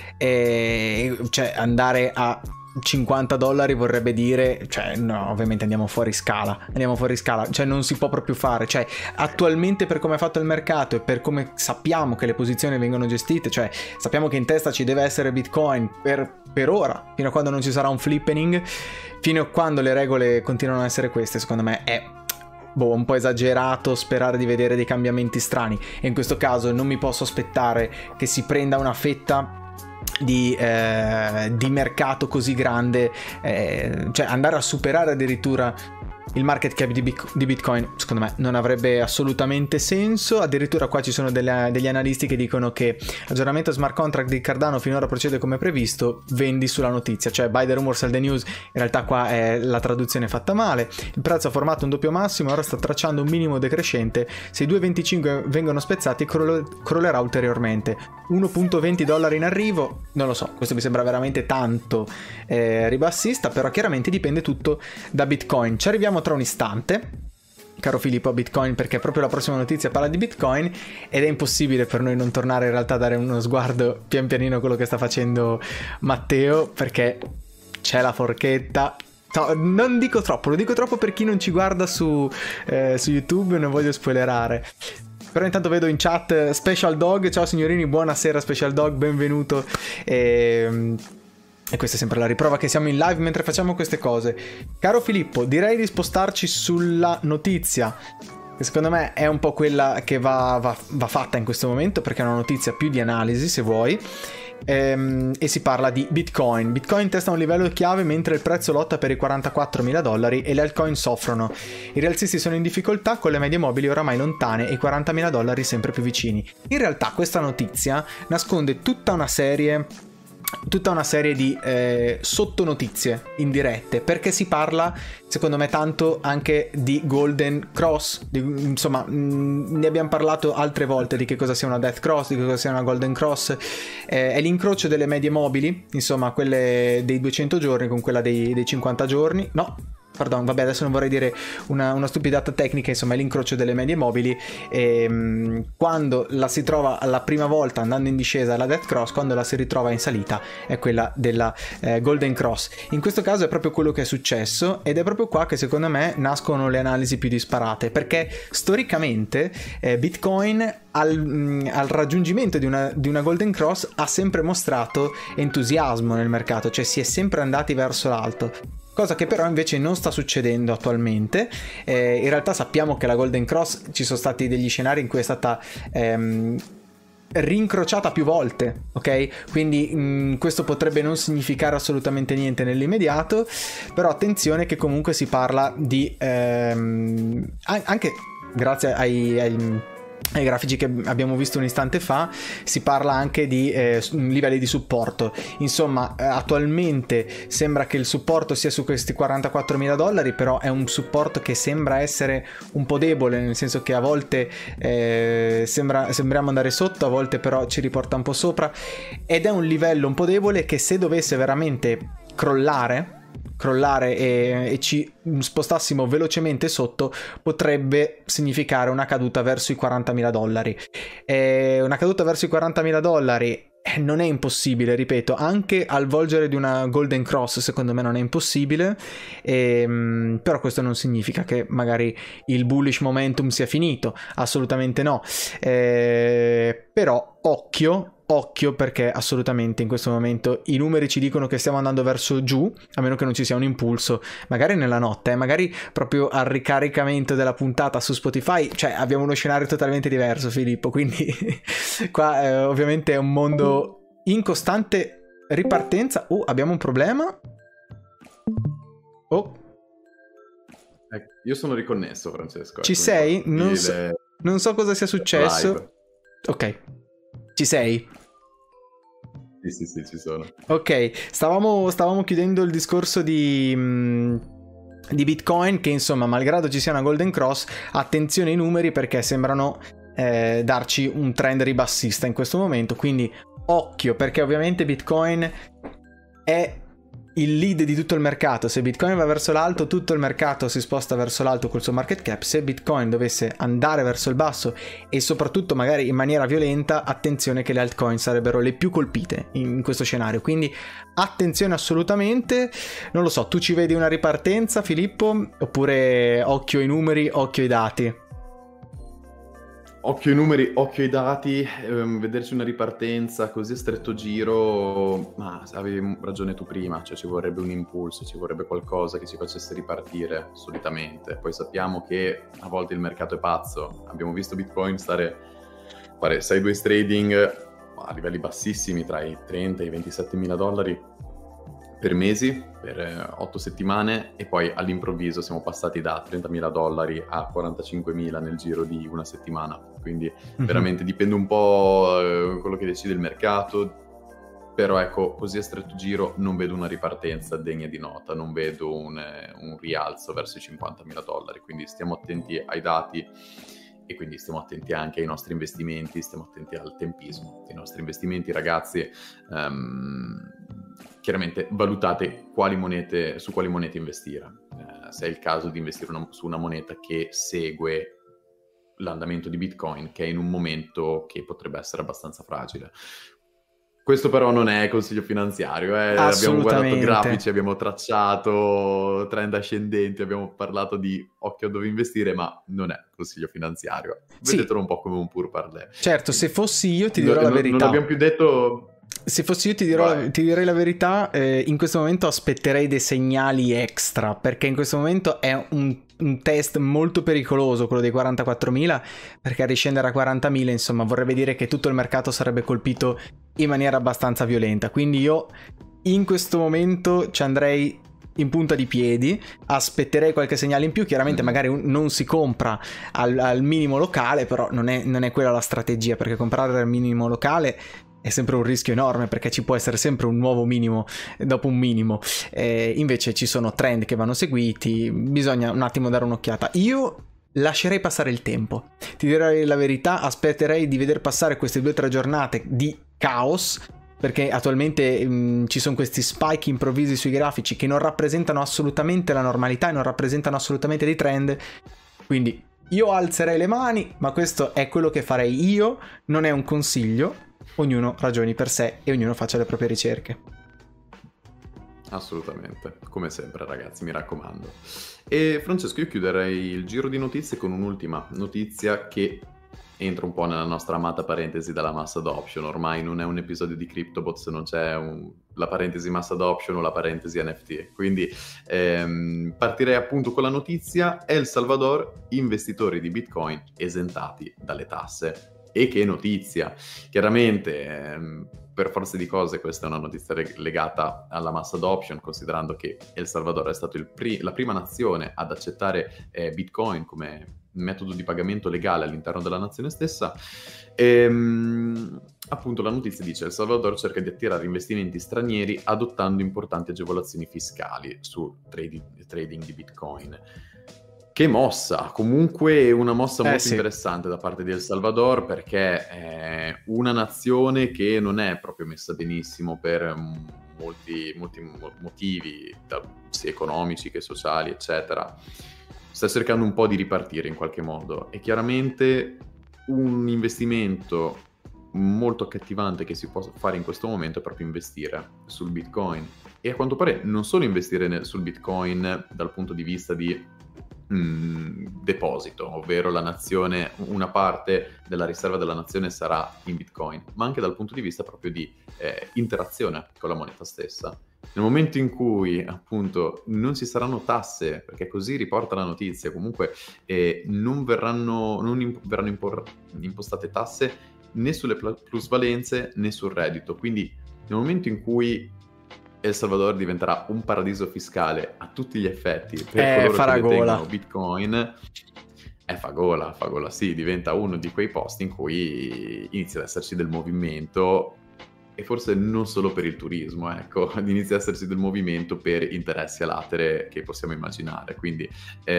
e cioè andare a cinquanta dollari vorrebbe dire, cioè no, ovviamente andiamo fuori scala, andiamo fuori scala, cioè non si può proprio fare, cioè attualmente per come è fatto il mercato e per come sappiamo che le posizioni vengono gestite, cioè sappiamo che in testa ci deve essere Bitcoin per, per ora, fino a quando non ci sarà un flippening, fino a quando le regole continuano a essere queste, secondo me è boh, un po' esagerato sperare di vedere dei cambiamenti strani, e in questo caso non mi posso aspettare che si prenda una fetta Di, eh, di mercato così grande, eh, cioè andare a superare addirittura il market cap di, Bit- di Bitcoin, secondo me non avrebbe assolutamente senso. Addirittura qua ci sono delle, degli analisti che dicono che l'aggiornamento smart contract di Cardano finora procede come previsto, vendi sulla notizia, cioè buy the rumor sell the news. In realtà qua è la traduzione fatta male. Il prezzo ha formato un doppio massimo e ora sta tracciando un minimo decrescente. Se i due virgola venticinque vengono spezzati croll- crollerà ulteriormente. uno virgola venti dollari in arrivo, non lo so, questo mi sembra veramente tanto eh, ribassista, però chiaramente dipende tutto da Bitcoin. Ci arriviamo tra un istante, caro Filippo, a Bitcoin, perché proprio la prossima notizia parla di Bitcoin ed è impossibile per noi non tornare in realtà a dare uno sguardo pian pianino a quello che sta facendo Matteo, perché c'è la forchetta. No, non dico troppo, lo dico troppo per chi non ci guarda su, eh, su YouTube, non voglio spoilerare. Però intanto vedo in chat Special Dog, ciao signorini, buonasera Special Dog, benvenuto. E, e questa è sempre la riprova che siamo in live mentre facciamo queste cose. Caro Filippo, direi di spostarci sulla notizia, che secondo me è un po' quella che va, va, va fatta in questo momento, perché è una notizia più di analisi, se vuoi. Ehm, e si parla di Bitcoin. Bitcoin testa un livello chiave mentre il prezzo lotta per i quarantaquattromila dollari e le altcoin soffrono. I rialzisti sono in difficoltà con le medie mobili oramai lontane e i quarantamila dollari sempre più vicini. In realtà questa notizia nasconde tutta una serie tutta una serie di eh, sottonotizie indirette, perché si parla secondo me tanto anche di Golden Cross, di, insomma mh, ne abbiamo parlato altre volte di che cosa sia una Death Cross, di che cosa sia una Golden Cross. Eh, è l'incrocio delle medie mobili, insomma quelle dei duecento giorni con quella dei, dei cinquanta giorni, no Pardon, vabbè, adesso non vorrei dire una, una stupidata tecnica, insomma è l'incrocio delle medie mobili, e, mh, quando la si trova la prima volta andando in discesa è la Death Cross, quando la si ritrova in salita è quella della eh, Golden Cross. In questo caso è proprio quello che è successo, ed è proprio qua che secondo me nascono le analisi più disparate, perché storicamente eh, Bitcoin al, mh, al raggiungimento di una, di una Golden Cross ha sempre mostrato entusiasmo nel mercato, cioè si è sempre andati verso l'alto. Cosa che però invece non sta succedendo attualmente. Eh, in realtà sappiamo che la Golden Cross, ci sono stati degli scenari in cui è stata ehm, rincrociata più volte, ok? Quindi mh, questo potrebbe non significare assolutamente niente nell'immediato, però attenzione che comunque si parla di ehm, anche grazie ai, ai ai grafici che abbiamo visto un istante fa, si parla anche di eh, livelli di supporto. Insomma, eh, attualmente sembra che il supporto sia su questi quarantaquattromila dollari, però è un supporto che sembra essere un po' debole, nel senso che a volte eh, sembra, sembriamo andare sotto, a volte però ci riporta un po' sopra, ed è un livello un po' debole che, se dovesse veramente crollare, crollare e, e ci spostassimo velocemente sotto, potrebbe significare una caduta verso i quarantamila dollari. E una caduta verso i quarantamila dollari non è impossibile, ripeto, anche al volgere di una Golden Cross secondo me non è impossibile, ehm, però questo non significa che magari il bullish momentum sia finito, assolutamente no, eh, però occhio, occhio perché assolutamente in questo momento i numeri ci dicono che stiamo andando verso giù, a meno che non ci sia un impulso, magari nella notte, eh, magari proprio al ricaricamento della puntata su Spotify, cioè abbiamo uno scenario totalmente diverso, Filippo, quindi qua eh, ovviamente è un mondo in costante ripartenza. Oh, abbiamo un problema. Oh, ecco, io sono riconnesso, Francesco. ci ecco, sei? Non le... so, non so cosa sia successo. Live. Ok, ci sei? Sì, sì, sì, ci sono. Ok, stavamo, stavamo chiudendo il discorso di, mh, di Bitcoin, che insomma, malgrado ci sia una Golden Cross, attenzione ai numeri perché sembrano eh, darci un trend ribassista in questo momento, quindi occhio, perché ovviamente Bitcoin è il lead di tutto il mercato. Se Bitcoin va verso l'alto, tutto il mercato si sposta verso l'alto col suo market cap. Se Bitcoin dovesse andare verso il basso e soprattutto magari in maniera violenta, attenzione che le altcoin sarebbero le più colpite in questo scenario, quindi attenzione assolutamente. Non lo so, tu ci vedi una ripartenza, Filippo, oppure occhio ai numeri, occhio ai dati? Occhio ai numeri, occhio ai dati, ehm, vederci una ripartenza così a stretto giro, ma avevi ragione tu prima, cioè ci vorrebbe un impulso, ci vorrebbe qualcosa che ci facesse ripartire solitamente. Poi sappiamo che a volte il mercato è pazzo, abbiamo visto Bitcoin stare, fare sideways trading a livelli bassissimi tra i trenta e i ventisette mila dollari per mesi, per otto settimane, e poi all'improvviso siamo passati da trentamila dollari a quarantacinquemila nel giro di una settimana, quindi mm-hmm. veramente dipende un po' eh, quello che decide il mercato, però ecco, così a stretto giro non vedo una ripartenza degna di nota, non vedo un, eh, un rialzo verso i cinquantamila dollari, quindi stiamo attenti ai dati e quindi stiamo attenti anche ai nostri investimenti, stiamo attenti al tempismo. I nostri investimenti, ragazzi, um, chiaramente valutate quali monete, su quali monete investire. Uh, se è il caso di investire una, su una moneta che segue l'andamento di Bitcoin, che è in un momento che potrebbe essere abbastanza fragile. Questo però non è consiglio finanziario, eh. Abbiamo guardato grafici, abbiamo tracciato trend ascendenti, abbiamo parlato di occhio a dove investire, ma non è consiglio finanziario. Vedetelo sì. Un po' come un pur parler. Certo, se fossi io ti dirò no, la verità. Non abbiamo più detto... Se fossi io ti, dirò, ti direi la verità, eh, in questo momento aspetterei dei segnali extra, perché in questo momento è un, un test molto pericoloso quello dei quarantaquattromila, perché a riscendere a quarantamila insomma vorrebbe dire che tutto il mercato sarebbe colpito in maniera abbastanza violenta, quindi io in questo momento ci andrei in punta di piedi, aspetterei qualche segnale in più, chiaramente magari un, non si compra al, al minimo locale, però non è, non è quella la strategia, perché comprare al minimo locale è sempre un rischio enorme, perché ci può essere sempre un nuovo minimo dopo un minimo, eh, invece ci sono trend che vanno seguiti, bisogna un attimo dare un'occhiata. Io lascerei passare il tempo, ti direi la verità, aspetterei di vedere passare queste due o tre giornate di caos, perché attualmente mh, ci sono questi spike improvvisi sui grafici che non rappresentano assolutamente la normalità e non rappresentano assolutamente dei trend, quindi io alzerei le mani, ma questo è quello che farei io, non è un consiglio. Ognuno ragioni per sé e ognuno faccia le proprie ricerche. Assolutamente, come sempre ragazzi, mi raccomando. E Francesco, io chiuderei il giro di notizie con un'ultima notizia che entra un po' nella nostra amata parentesi della mass adoption. Ormai non è un episodio di CryptoBot se non c'è un, la parentesi mass adoption o la parentesi N F T. Quindi ehm, partirei appunto con la notizia: El Salvador, investitori di Bitcoin esentati dalle tasse. E che notizia! Chiaramente, ehm, per forza di cose, questa è una notizia legata alla mass adoption, considerando che El Salvador è stata pri- la prima nazione ad accettare eh, Bitcoin come metodo di pagamento legale all'interno della nazione stessa. Ehm, appunto la notizia dice: El Salvador cerca di attirare investimenti stranieri adottando importanti agevolazioni fiscali su trading, trading di Bitcoin. Che mossa, comunque una mossa eh, molto sì. interessante da parte di El Salvador, perché è una nazione che non è proprio messa benissimo per molti, molti motivi, sia economici che sociali, eccetera, sta cercando un po' di ripartire in qualche modo, e chiaramente un investimento molto accattivante che si può fare in questo momento è proprio investire sul Bitcoin, e a quanto pare non solo investire nel, sul Bitcoin dal punto di vista di mm, deposito, ovvero la nazione, una parte della riserva della nazione sarà in Bitcoin, ma anche dal punto di vista proprio di eh, interazione con la moneta stessa. Nel momento in cui appunto non ci saranno tasse, perché così riporta la notizia, comunque eh, non verranno, non imp- verranno impor- impostate tasse né sulle plusvalenze né sul reddito, quindi nel momento in cui El Salvador diventerà un paradiso fiscale a tutti gli effetti per eh, coloro che detengono detengono Bitcoin, è fagola, fagola sì, diventa uno di quei posti in cui inizia ad esserci del movimento, e forse non solo per il turismo, ecco, inizia ad esserci del movimento per interessi a latere che possiamo immaginare, quindi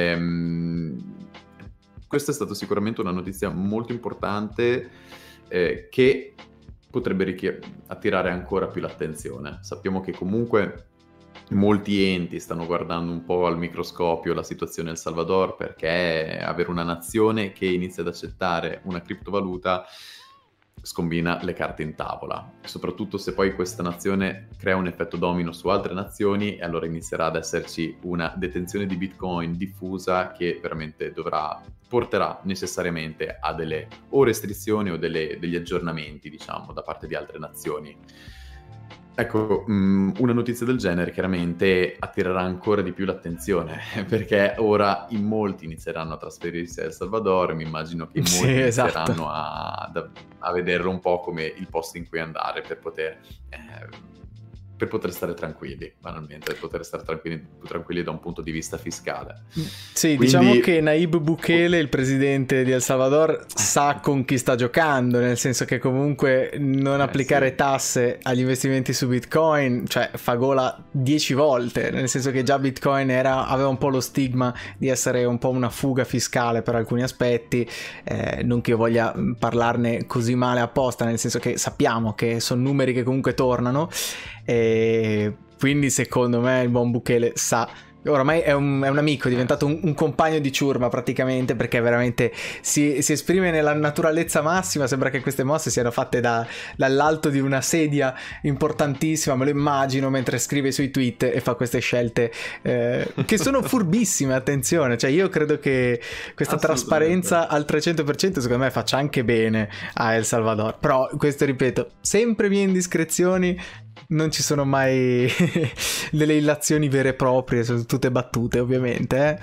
ehm, questa è stata sicuramente una notizia molto importante eh, che potrebbe richied- attirare ancora più l'attenzione. Sappiamo che comunque molti enti stanno guardando un po' al microscopio la situazione El Salvador, perché avere una nazione che inizia ad accettare una criptovaluta scombina le carte in tavola, soprattutto se poi questa nazione crea un effetto domino su altre nazioni, e allora inizierà ad esserci una detenzione di Bitcoin diffusa che veramente dovrà, porterà necessariamente a delle o restrizioni o delle, degli aggiornamenti, diciamo, da parte di altre nazioni. Ecco, mh, una notizia del genere chiaramente attirerà ancora di più l'attenzione, perché ora in molti inizieranno a trasferirsi a El Salvador, mi immagino che in molti sì, esatto. inizieranno a, a vederlo un po' come il posto in cui andare per poter, eh, per poter stare tranquilli, banalmente, per poter stare tranquilli, tranquilli da un punto di vista fiscale. Sì, Quindi... diciamo che Nayib Bukele, il presidente di El Salvador, sa con chi sta giocando, nel senso che comunque non applicare eh, sì. tasse agli investimenti su Bitcoin, cioè fa gola dieci volte, nel senso che già Bitcoin era, aveva un po' lo stigma di essere un po' una fuga fiscale per alcuni aspetti, eh, non che io voglia parlarne così male apposta, nel senso che sappiamo che sono numeri che comunque tornano, e quindi secondo me il buon Bukele sa, oramai è un, è un amico, è diventato un, un compagno di ciurma praticamente, perché veramente si, si esprime nella naturalezza massima, sembra che queste mosse siano fatte da, dall'alto di una sedia importantissima, me lo immagino mentre scrive sui tweet e fa queste scelte eh, che sono furbissime, attenzione, cioè io credo che questa trasparenza al trecento per cento secondo me faccia anche bene a El Salvador, però questo ripeto, sempre mie indiscrezioni, non ci sono mai delle illazioni vere e proprie, sono tutte battute ovviamente, eh?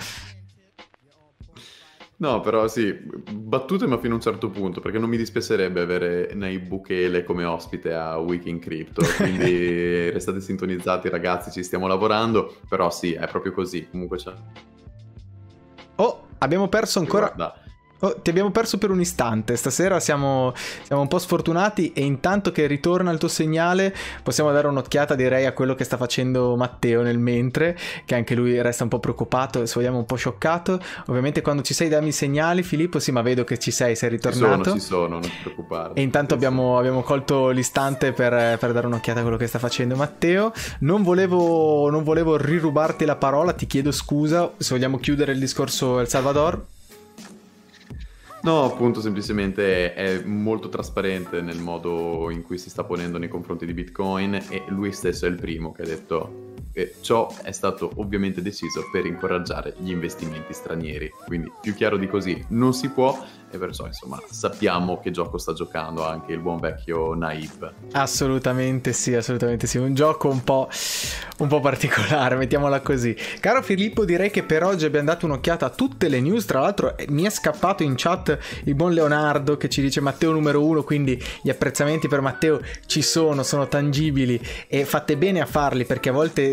No, però sì, battute ma fino a un certo punto, perché non mi dispiacerebbe avere Nayib Bukele come ospite a Week in Crypto, quindi restate sintonizzati ragazzi, ci stiamo lavorando, però sì, è proprio così, comunque c'è... Oh, abbiamo perso ancora... Guarda. Oh, ti abbiamo perso per un istante, stasera siamo, siamo un po' sfortunati, e intanto che ritorna il tuo segnale possiamo dare un'occhiata direi a quello che sta facendo Matteo nel mentre, che anche lui resta un po' preoccupato, se vogliamo un po' scioccato. Ovviamente quando ci sei dammi i segnali, Filippo. Sì, ma vedo che ci sei, sei ritornato. Ci sono, ci sono, non ti preoccupare. E intanto sì, abbiamo, sì. abbiamo colto l'istante per, per dare un'occhiata a quello che sta facendo Matteo. Non volevo, non volevo rirubarti la parola, ti chiedo scusa, se vogliamo chiudere il discorso El Salvador. No, appunto, semplicemente è molto trasparente nel modo in cui si sta ponendo nei confronti di Bitcoin, e lui stesso è il primo che ha detto che ciò è stato ovviamente deciso per incoraggiare gli investimenti stranieri, quindi più chiaro di così non si può, e perciò insomma sappiamo che gioco sta giocando anche il buon vecchio Nayib. Assolutamente sì, assolutamente sì, un gioco un po', un po' particolare, mettiamola così. Caro Filippo, direi che per oggi abbiamo dato un'occhiata a tutte le news. Tra l'altro mi è scappato in chat il buon Leonardo che ci dice Matteo numero uno, quindi gli apprezzamenti per Matteo ci sono, sono tangibili, e fate bene a farli, perché a volte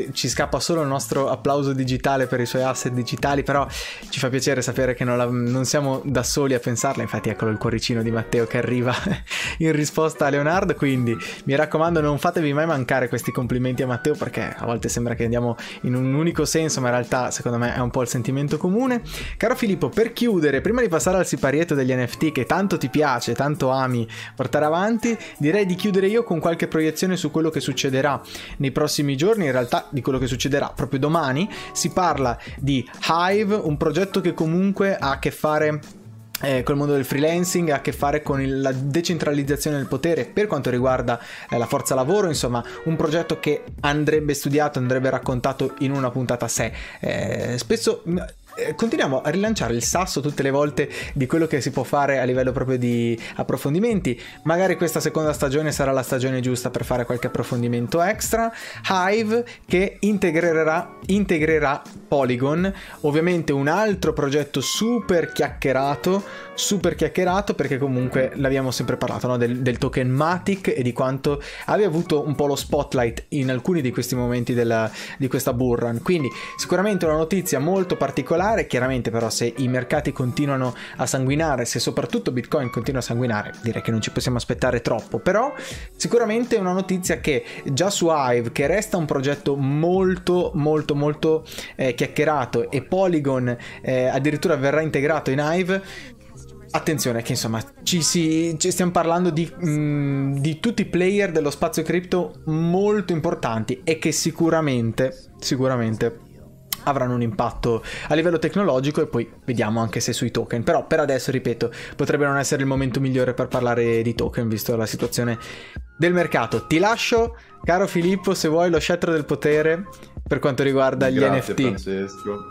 che ci scappa solo il nostro applauso digitale per i suoi asset digitali, però ci fa piacere sapere che non, la, non siamo da soli a pensarla. Infatti eccolo il cuoricino di Matteo che arriva in risposta a Leonardo, quindi mi raccomando non fatevi mai mancare questi complimenti a Matteo, perché a volte sembra che andiamo in un unico senso, ma in realtà secondo me è un po' il sentimento comune. Caro Filippo, per chiudere, prima di passare al siparietto degli N F T che tanto ti piace, tanto ami portare avanti, direi di chiudere io con qualche proiezione su quello che succederà nei prossimi giorni, in realtà di quello che succederà proprio domani. Si parla di Hive, un progetto che comunque ha a che fare Eh, col mondo del freelancing, ha a che fare con il, la decentralizzazione del potere per quanto riguarda eh, la forza lavoro, insomma un progetto che andrebbe studiato, andrebbe raccontato in una puntata a sé. Eh, spesso eh, continuiamo a rilanciare il sasso tutte le volte di quello che si può fare a livello proprio di approfondimenti. Magari questa seconda stagione sarà la stagione giusta per fare qualche approfondimento extra. Hive che integrerà, integrerà Polygon, ovviamente un altro progetto super chiacchierato, super chiacchierato perché comunque l'abbiamo sempre parlato, no? del, del token Matic e di quanto abbia avuto un po' lo spotlight in alcuni di questi momenti della, di questa bull run. Quindi sicuramente una notizia molto particolare. Chiaramente però se i mercati continuano a sanguinare, se soprattutto Bitcoin continua a sanguinare, direi che non ci possiamo aspettare troppo, però sicuramente è una notizia che già su Hive, che resta un progetto molto molto molto eh, chiacchierato, e Polygon eh, addirittura verrà integrato in Hive. Attenzione che insomma ci, si, ci stiamo parlando di, mh, di tutti i player dello spazio cripto molto importanti e che sicuramente sicuramente avranno un impatto a livello tecnologico, e poi vediamo anche se sui token. Però per adesso, ripeto, potrebbe non essere il momento migliore per parlare di token visto la situazione del mercato. Ti lascio, caro Filippo, se vuoi lo scettro del potere per quanto riguarda gli Grazie, N F T. Francesco.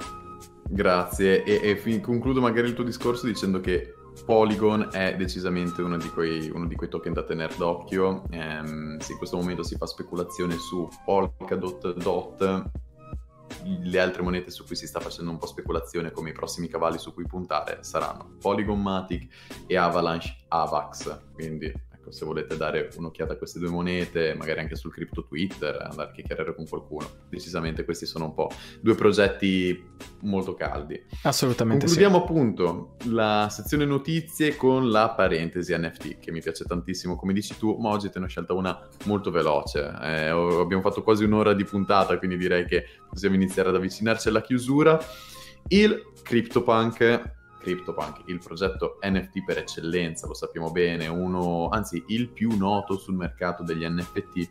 Grazie, e, e fi- concludo magari il tuo discorso dicendo che Polygon è decisamente uno di quei, uno di quei token da tenere d'occhio. Ehm, se in questo momento si fa speculazione su Polkadot, Dot, le altre monete su cui si sta facendo un po' speculazione come i prossimi cavalli su cui puntare saranno Polygon Matic e Avalanche Avax. Quindi ecco, se volete dare un'occhiata a queste due monete, magari anche sul crypto Twitter, andare a chiacchierare con qualcuno, decisamente questi sono un po' due progetti molto caldi. Assolutamente. Concludiamo sì. appunto la sezione notizie con la parentesi N F T, che mi piace tantissimo come dici tu, ma oggi te ne ho scelta una molto veloce. Eh, abbiamo fatto quasi un'ora di puntata, quindi direi che possiamo iniziare ad avvicinarci alla chiusura. Il CryptoPunk CryptoPunk, il progetto N F T per eccellenza, lo sappiamo bene, uno, anzi il più noto sul mercato degli N F T,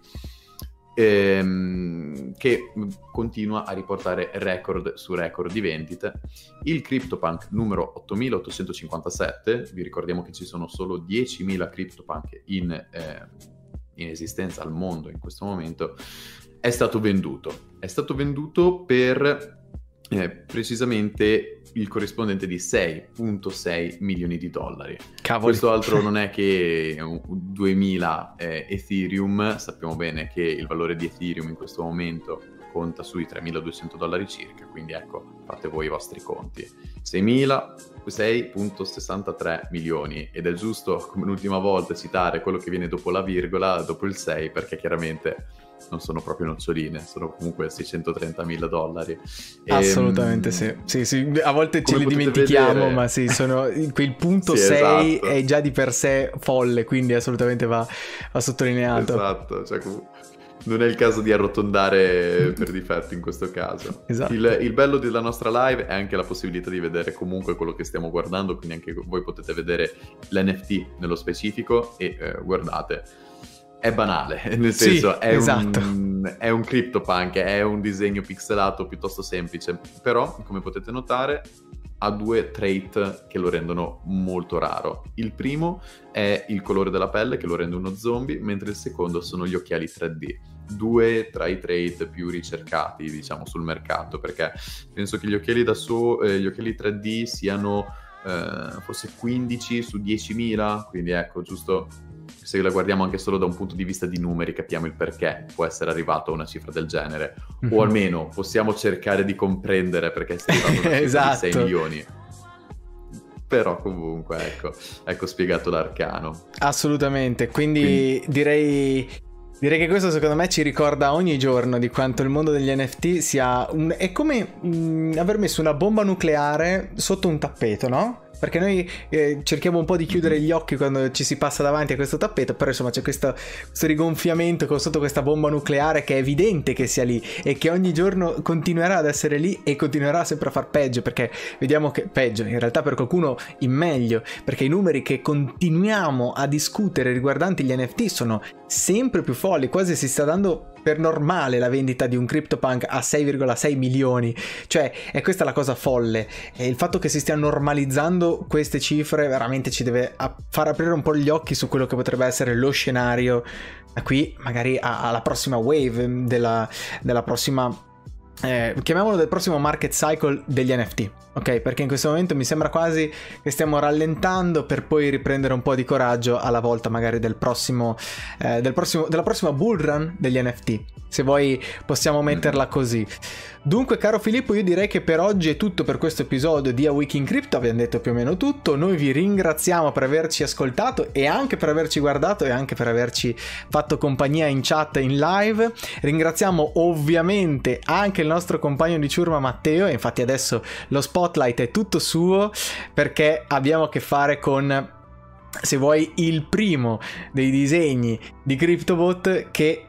ehm, che continua a riportare record su record di vendite. Il CryptoPunk numero ottomilaottocentocinquantasette, vi ricordiamo che ci sono solo diecimila CryptoPunk in, eh, in esistenza al mondo in questo momento, è stato venduto. È stato venduto per eh, precisamente il corrispondente di sei virgola sei milioni di dollari. Cavoli. Questo altro non è che duemila eh, Ethereum. Sappiamo bene che il valore di Ethereum in questo momento conta sui tremiladuecento dollari circa, quindi ecco, fate voi i vostri conti. seimila, sei virgola sessantatré milioni, ed è giusto come l'ultima volta citare quello che viene dopo la virgola, dopo il sei, perché chiaramente non sono proprio noccioline, sono comunque seicentotrentamila dollari. Assolutamente ehm... sì. Sì, sì, a volte ce Come li potete dimentichiamo, vedere... ma sì, sono quel punto sì, sei esatto. è già di per sé folle, quindi assolutamente va, va sottolineato. Esatto, cioè comunque non è il caso di arrotondare per difetto in questo caso. Esatto. Il, il bello della nostra live è anche la possibilità di vedere comunque quello che stiamo guardando, quindi anche voi potete vedere l'N F T nello specifico e eh, guardate, è banale, nel senso sì, è, esatto. un, è un CryptoPunk, è un disegno pixelato piuttosto semplice, però come potete notare ha due trait che lo rendono molto raro. Il primo è il colore della pelle, che lo rende uno zombie, mentre il secondo sono gli occhiali tre D. Due tra i trait più ricercati, diciamo, sul mercato, perché penso che gli occhiali da so- eh, gli occhiali tre D siano eh, forse quindici su diecimila, quindi ecco, giusto se la guardiamo anche solo da un punto di vista di numeri capiamo il perché può essere arrivato a una cifra del genere, mm-hmm. o almeno possiamo cercare di comprendere perché sia arrivato a una cifra esatto. di sei milioni. Però comunque ecco, ecco spiegato l'arcano. Assolutamente, quindi, quindi direi Direi che questo secondo me ci ricorda ogni giorno di quanto il mondo degli N F T sia un... è come mh, aver messo una bomba nucleare sotto un tappeto, no? Perché noi eh, cerchiamo un po' di chiudere gli occhi quando ci si passa davanti a questo tappeto, però insomma c'è questo, questo rigonfiamento con sotto questa bomba nucleare che è evidente che sia lì e che ogni giorno continuerà ad essere lì e continuerà sempre a far peggio, perché vediamo che peggio, in realtà per qualcuno in meglio, perché i numeri che continuiamo a discutere riguardanti gli N F T sono sempre più folli, quasi si sta dando per normale la vendita di un CryptoPunk a sei virgola sei milioni, cioè è questa la cosa folle, e il fatto che si stia normalizzando queste cifre veramente ci deve far aprire un po' gli occhi su quello che potrebbe essere lo scenario da qui magari alla prossima wave della, della prossima Eh, chiamiamolo del prossimo market cycle degli N F T, ok? Perché in questo momento mi sembra quasi che stiamo rallentando per poi riprendere un po' di coraggio alla volta magari del prossimo, eh, del prossimo della prossima bull run degli N F T, se vuoi possiamo metterla così. Dunque, caro Filippo, io direi che per oggi è tutto per questo episodio di A Week in Crypto. Abbiamo detto più o meno tutto. Noi vi ringraziamo per averci ascoltato e anche per averci guardato e anche per averci fatto compagnia in chat e in live. Ringraziamo ovviamente anche il nostro compagno di ciurma Matteo, e infatti adesso lo spotlight è tutto suo perché abbiamo a che fare con, se vuoi, il primo dei disegni di CryptoBot che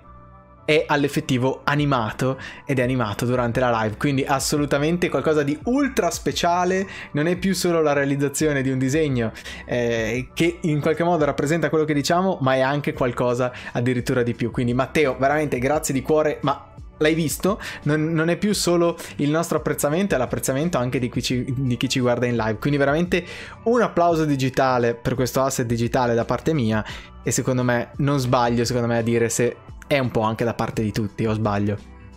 è all'effettivo animato ed è animato durante la live, quindi assolutamente qualcosa di ultra speciale. Non è più solo la realizzazione di un disegno eh, che in qualche modo rappresenta quello che diciamo, ma è anche qualcosa addirittura di più. Quindi Matteo, veramente grazie di cuore, ma l'hai visto, non, non è più solo il nostro apprezzamento, è l'apprezzamento anche di chi, ci, di chi ci guarda in live, quindi veramente un applauso digitale per questo asset digitale da parte mia, e secondo me non sbaglio secondo me a dire se è un po' anche da parte di tutti, o sbaglio?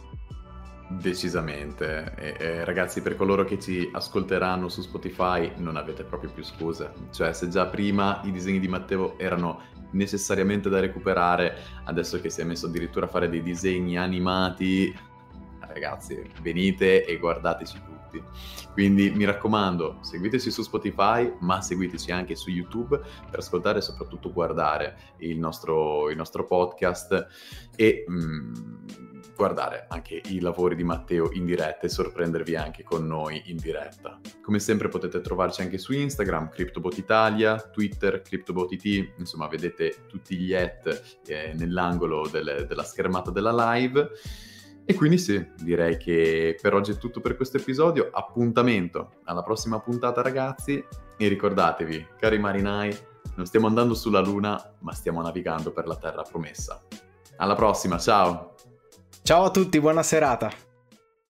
Decisamente. E, e ragazzi, per coloro che ci ascolteranno su Spotify non avete proprio più scuse, cioè se già prima i disegni di Matteo erano necessariamente da recuperare, adesso che si è messo addirittura a fare dei disegni animati, ragazzi, venite e guardateci tutti. Quindi mi raccomando, seguiteci su Spotify, ma seguiteci anche su YouTube per ascoltare e soprattutto guardare il nostro, il nostro podcast e mh, guardare anche i lavori di Matteo in diretta e sorprendervi anche con noi in diretta. Come sempre potete trovarci anche su Instagram, CryptoBot Italia, Twitter, CryptoBotIT, insomma vedete tutti gli at eh, nell'angolo del, della schermata della live. E quindi sì, direi che per oggi è tutto per questo episodio. Appuntamento alla prossima puntata, ragazzi, e ricordatevi, cari marinai, non stiamo andando sulla luna, ma stiamo navigando per la terra promessa. Alla prossima, ciao! Ciao a tutti, buona serata!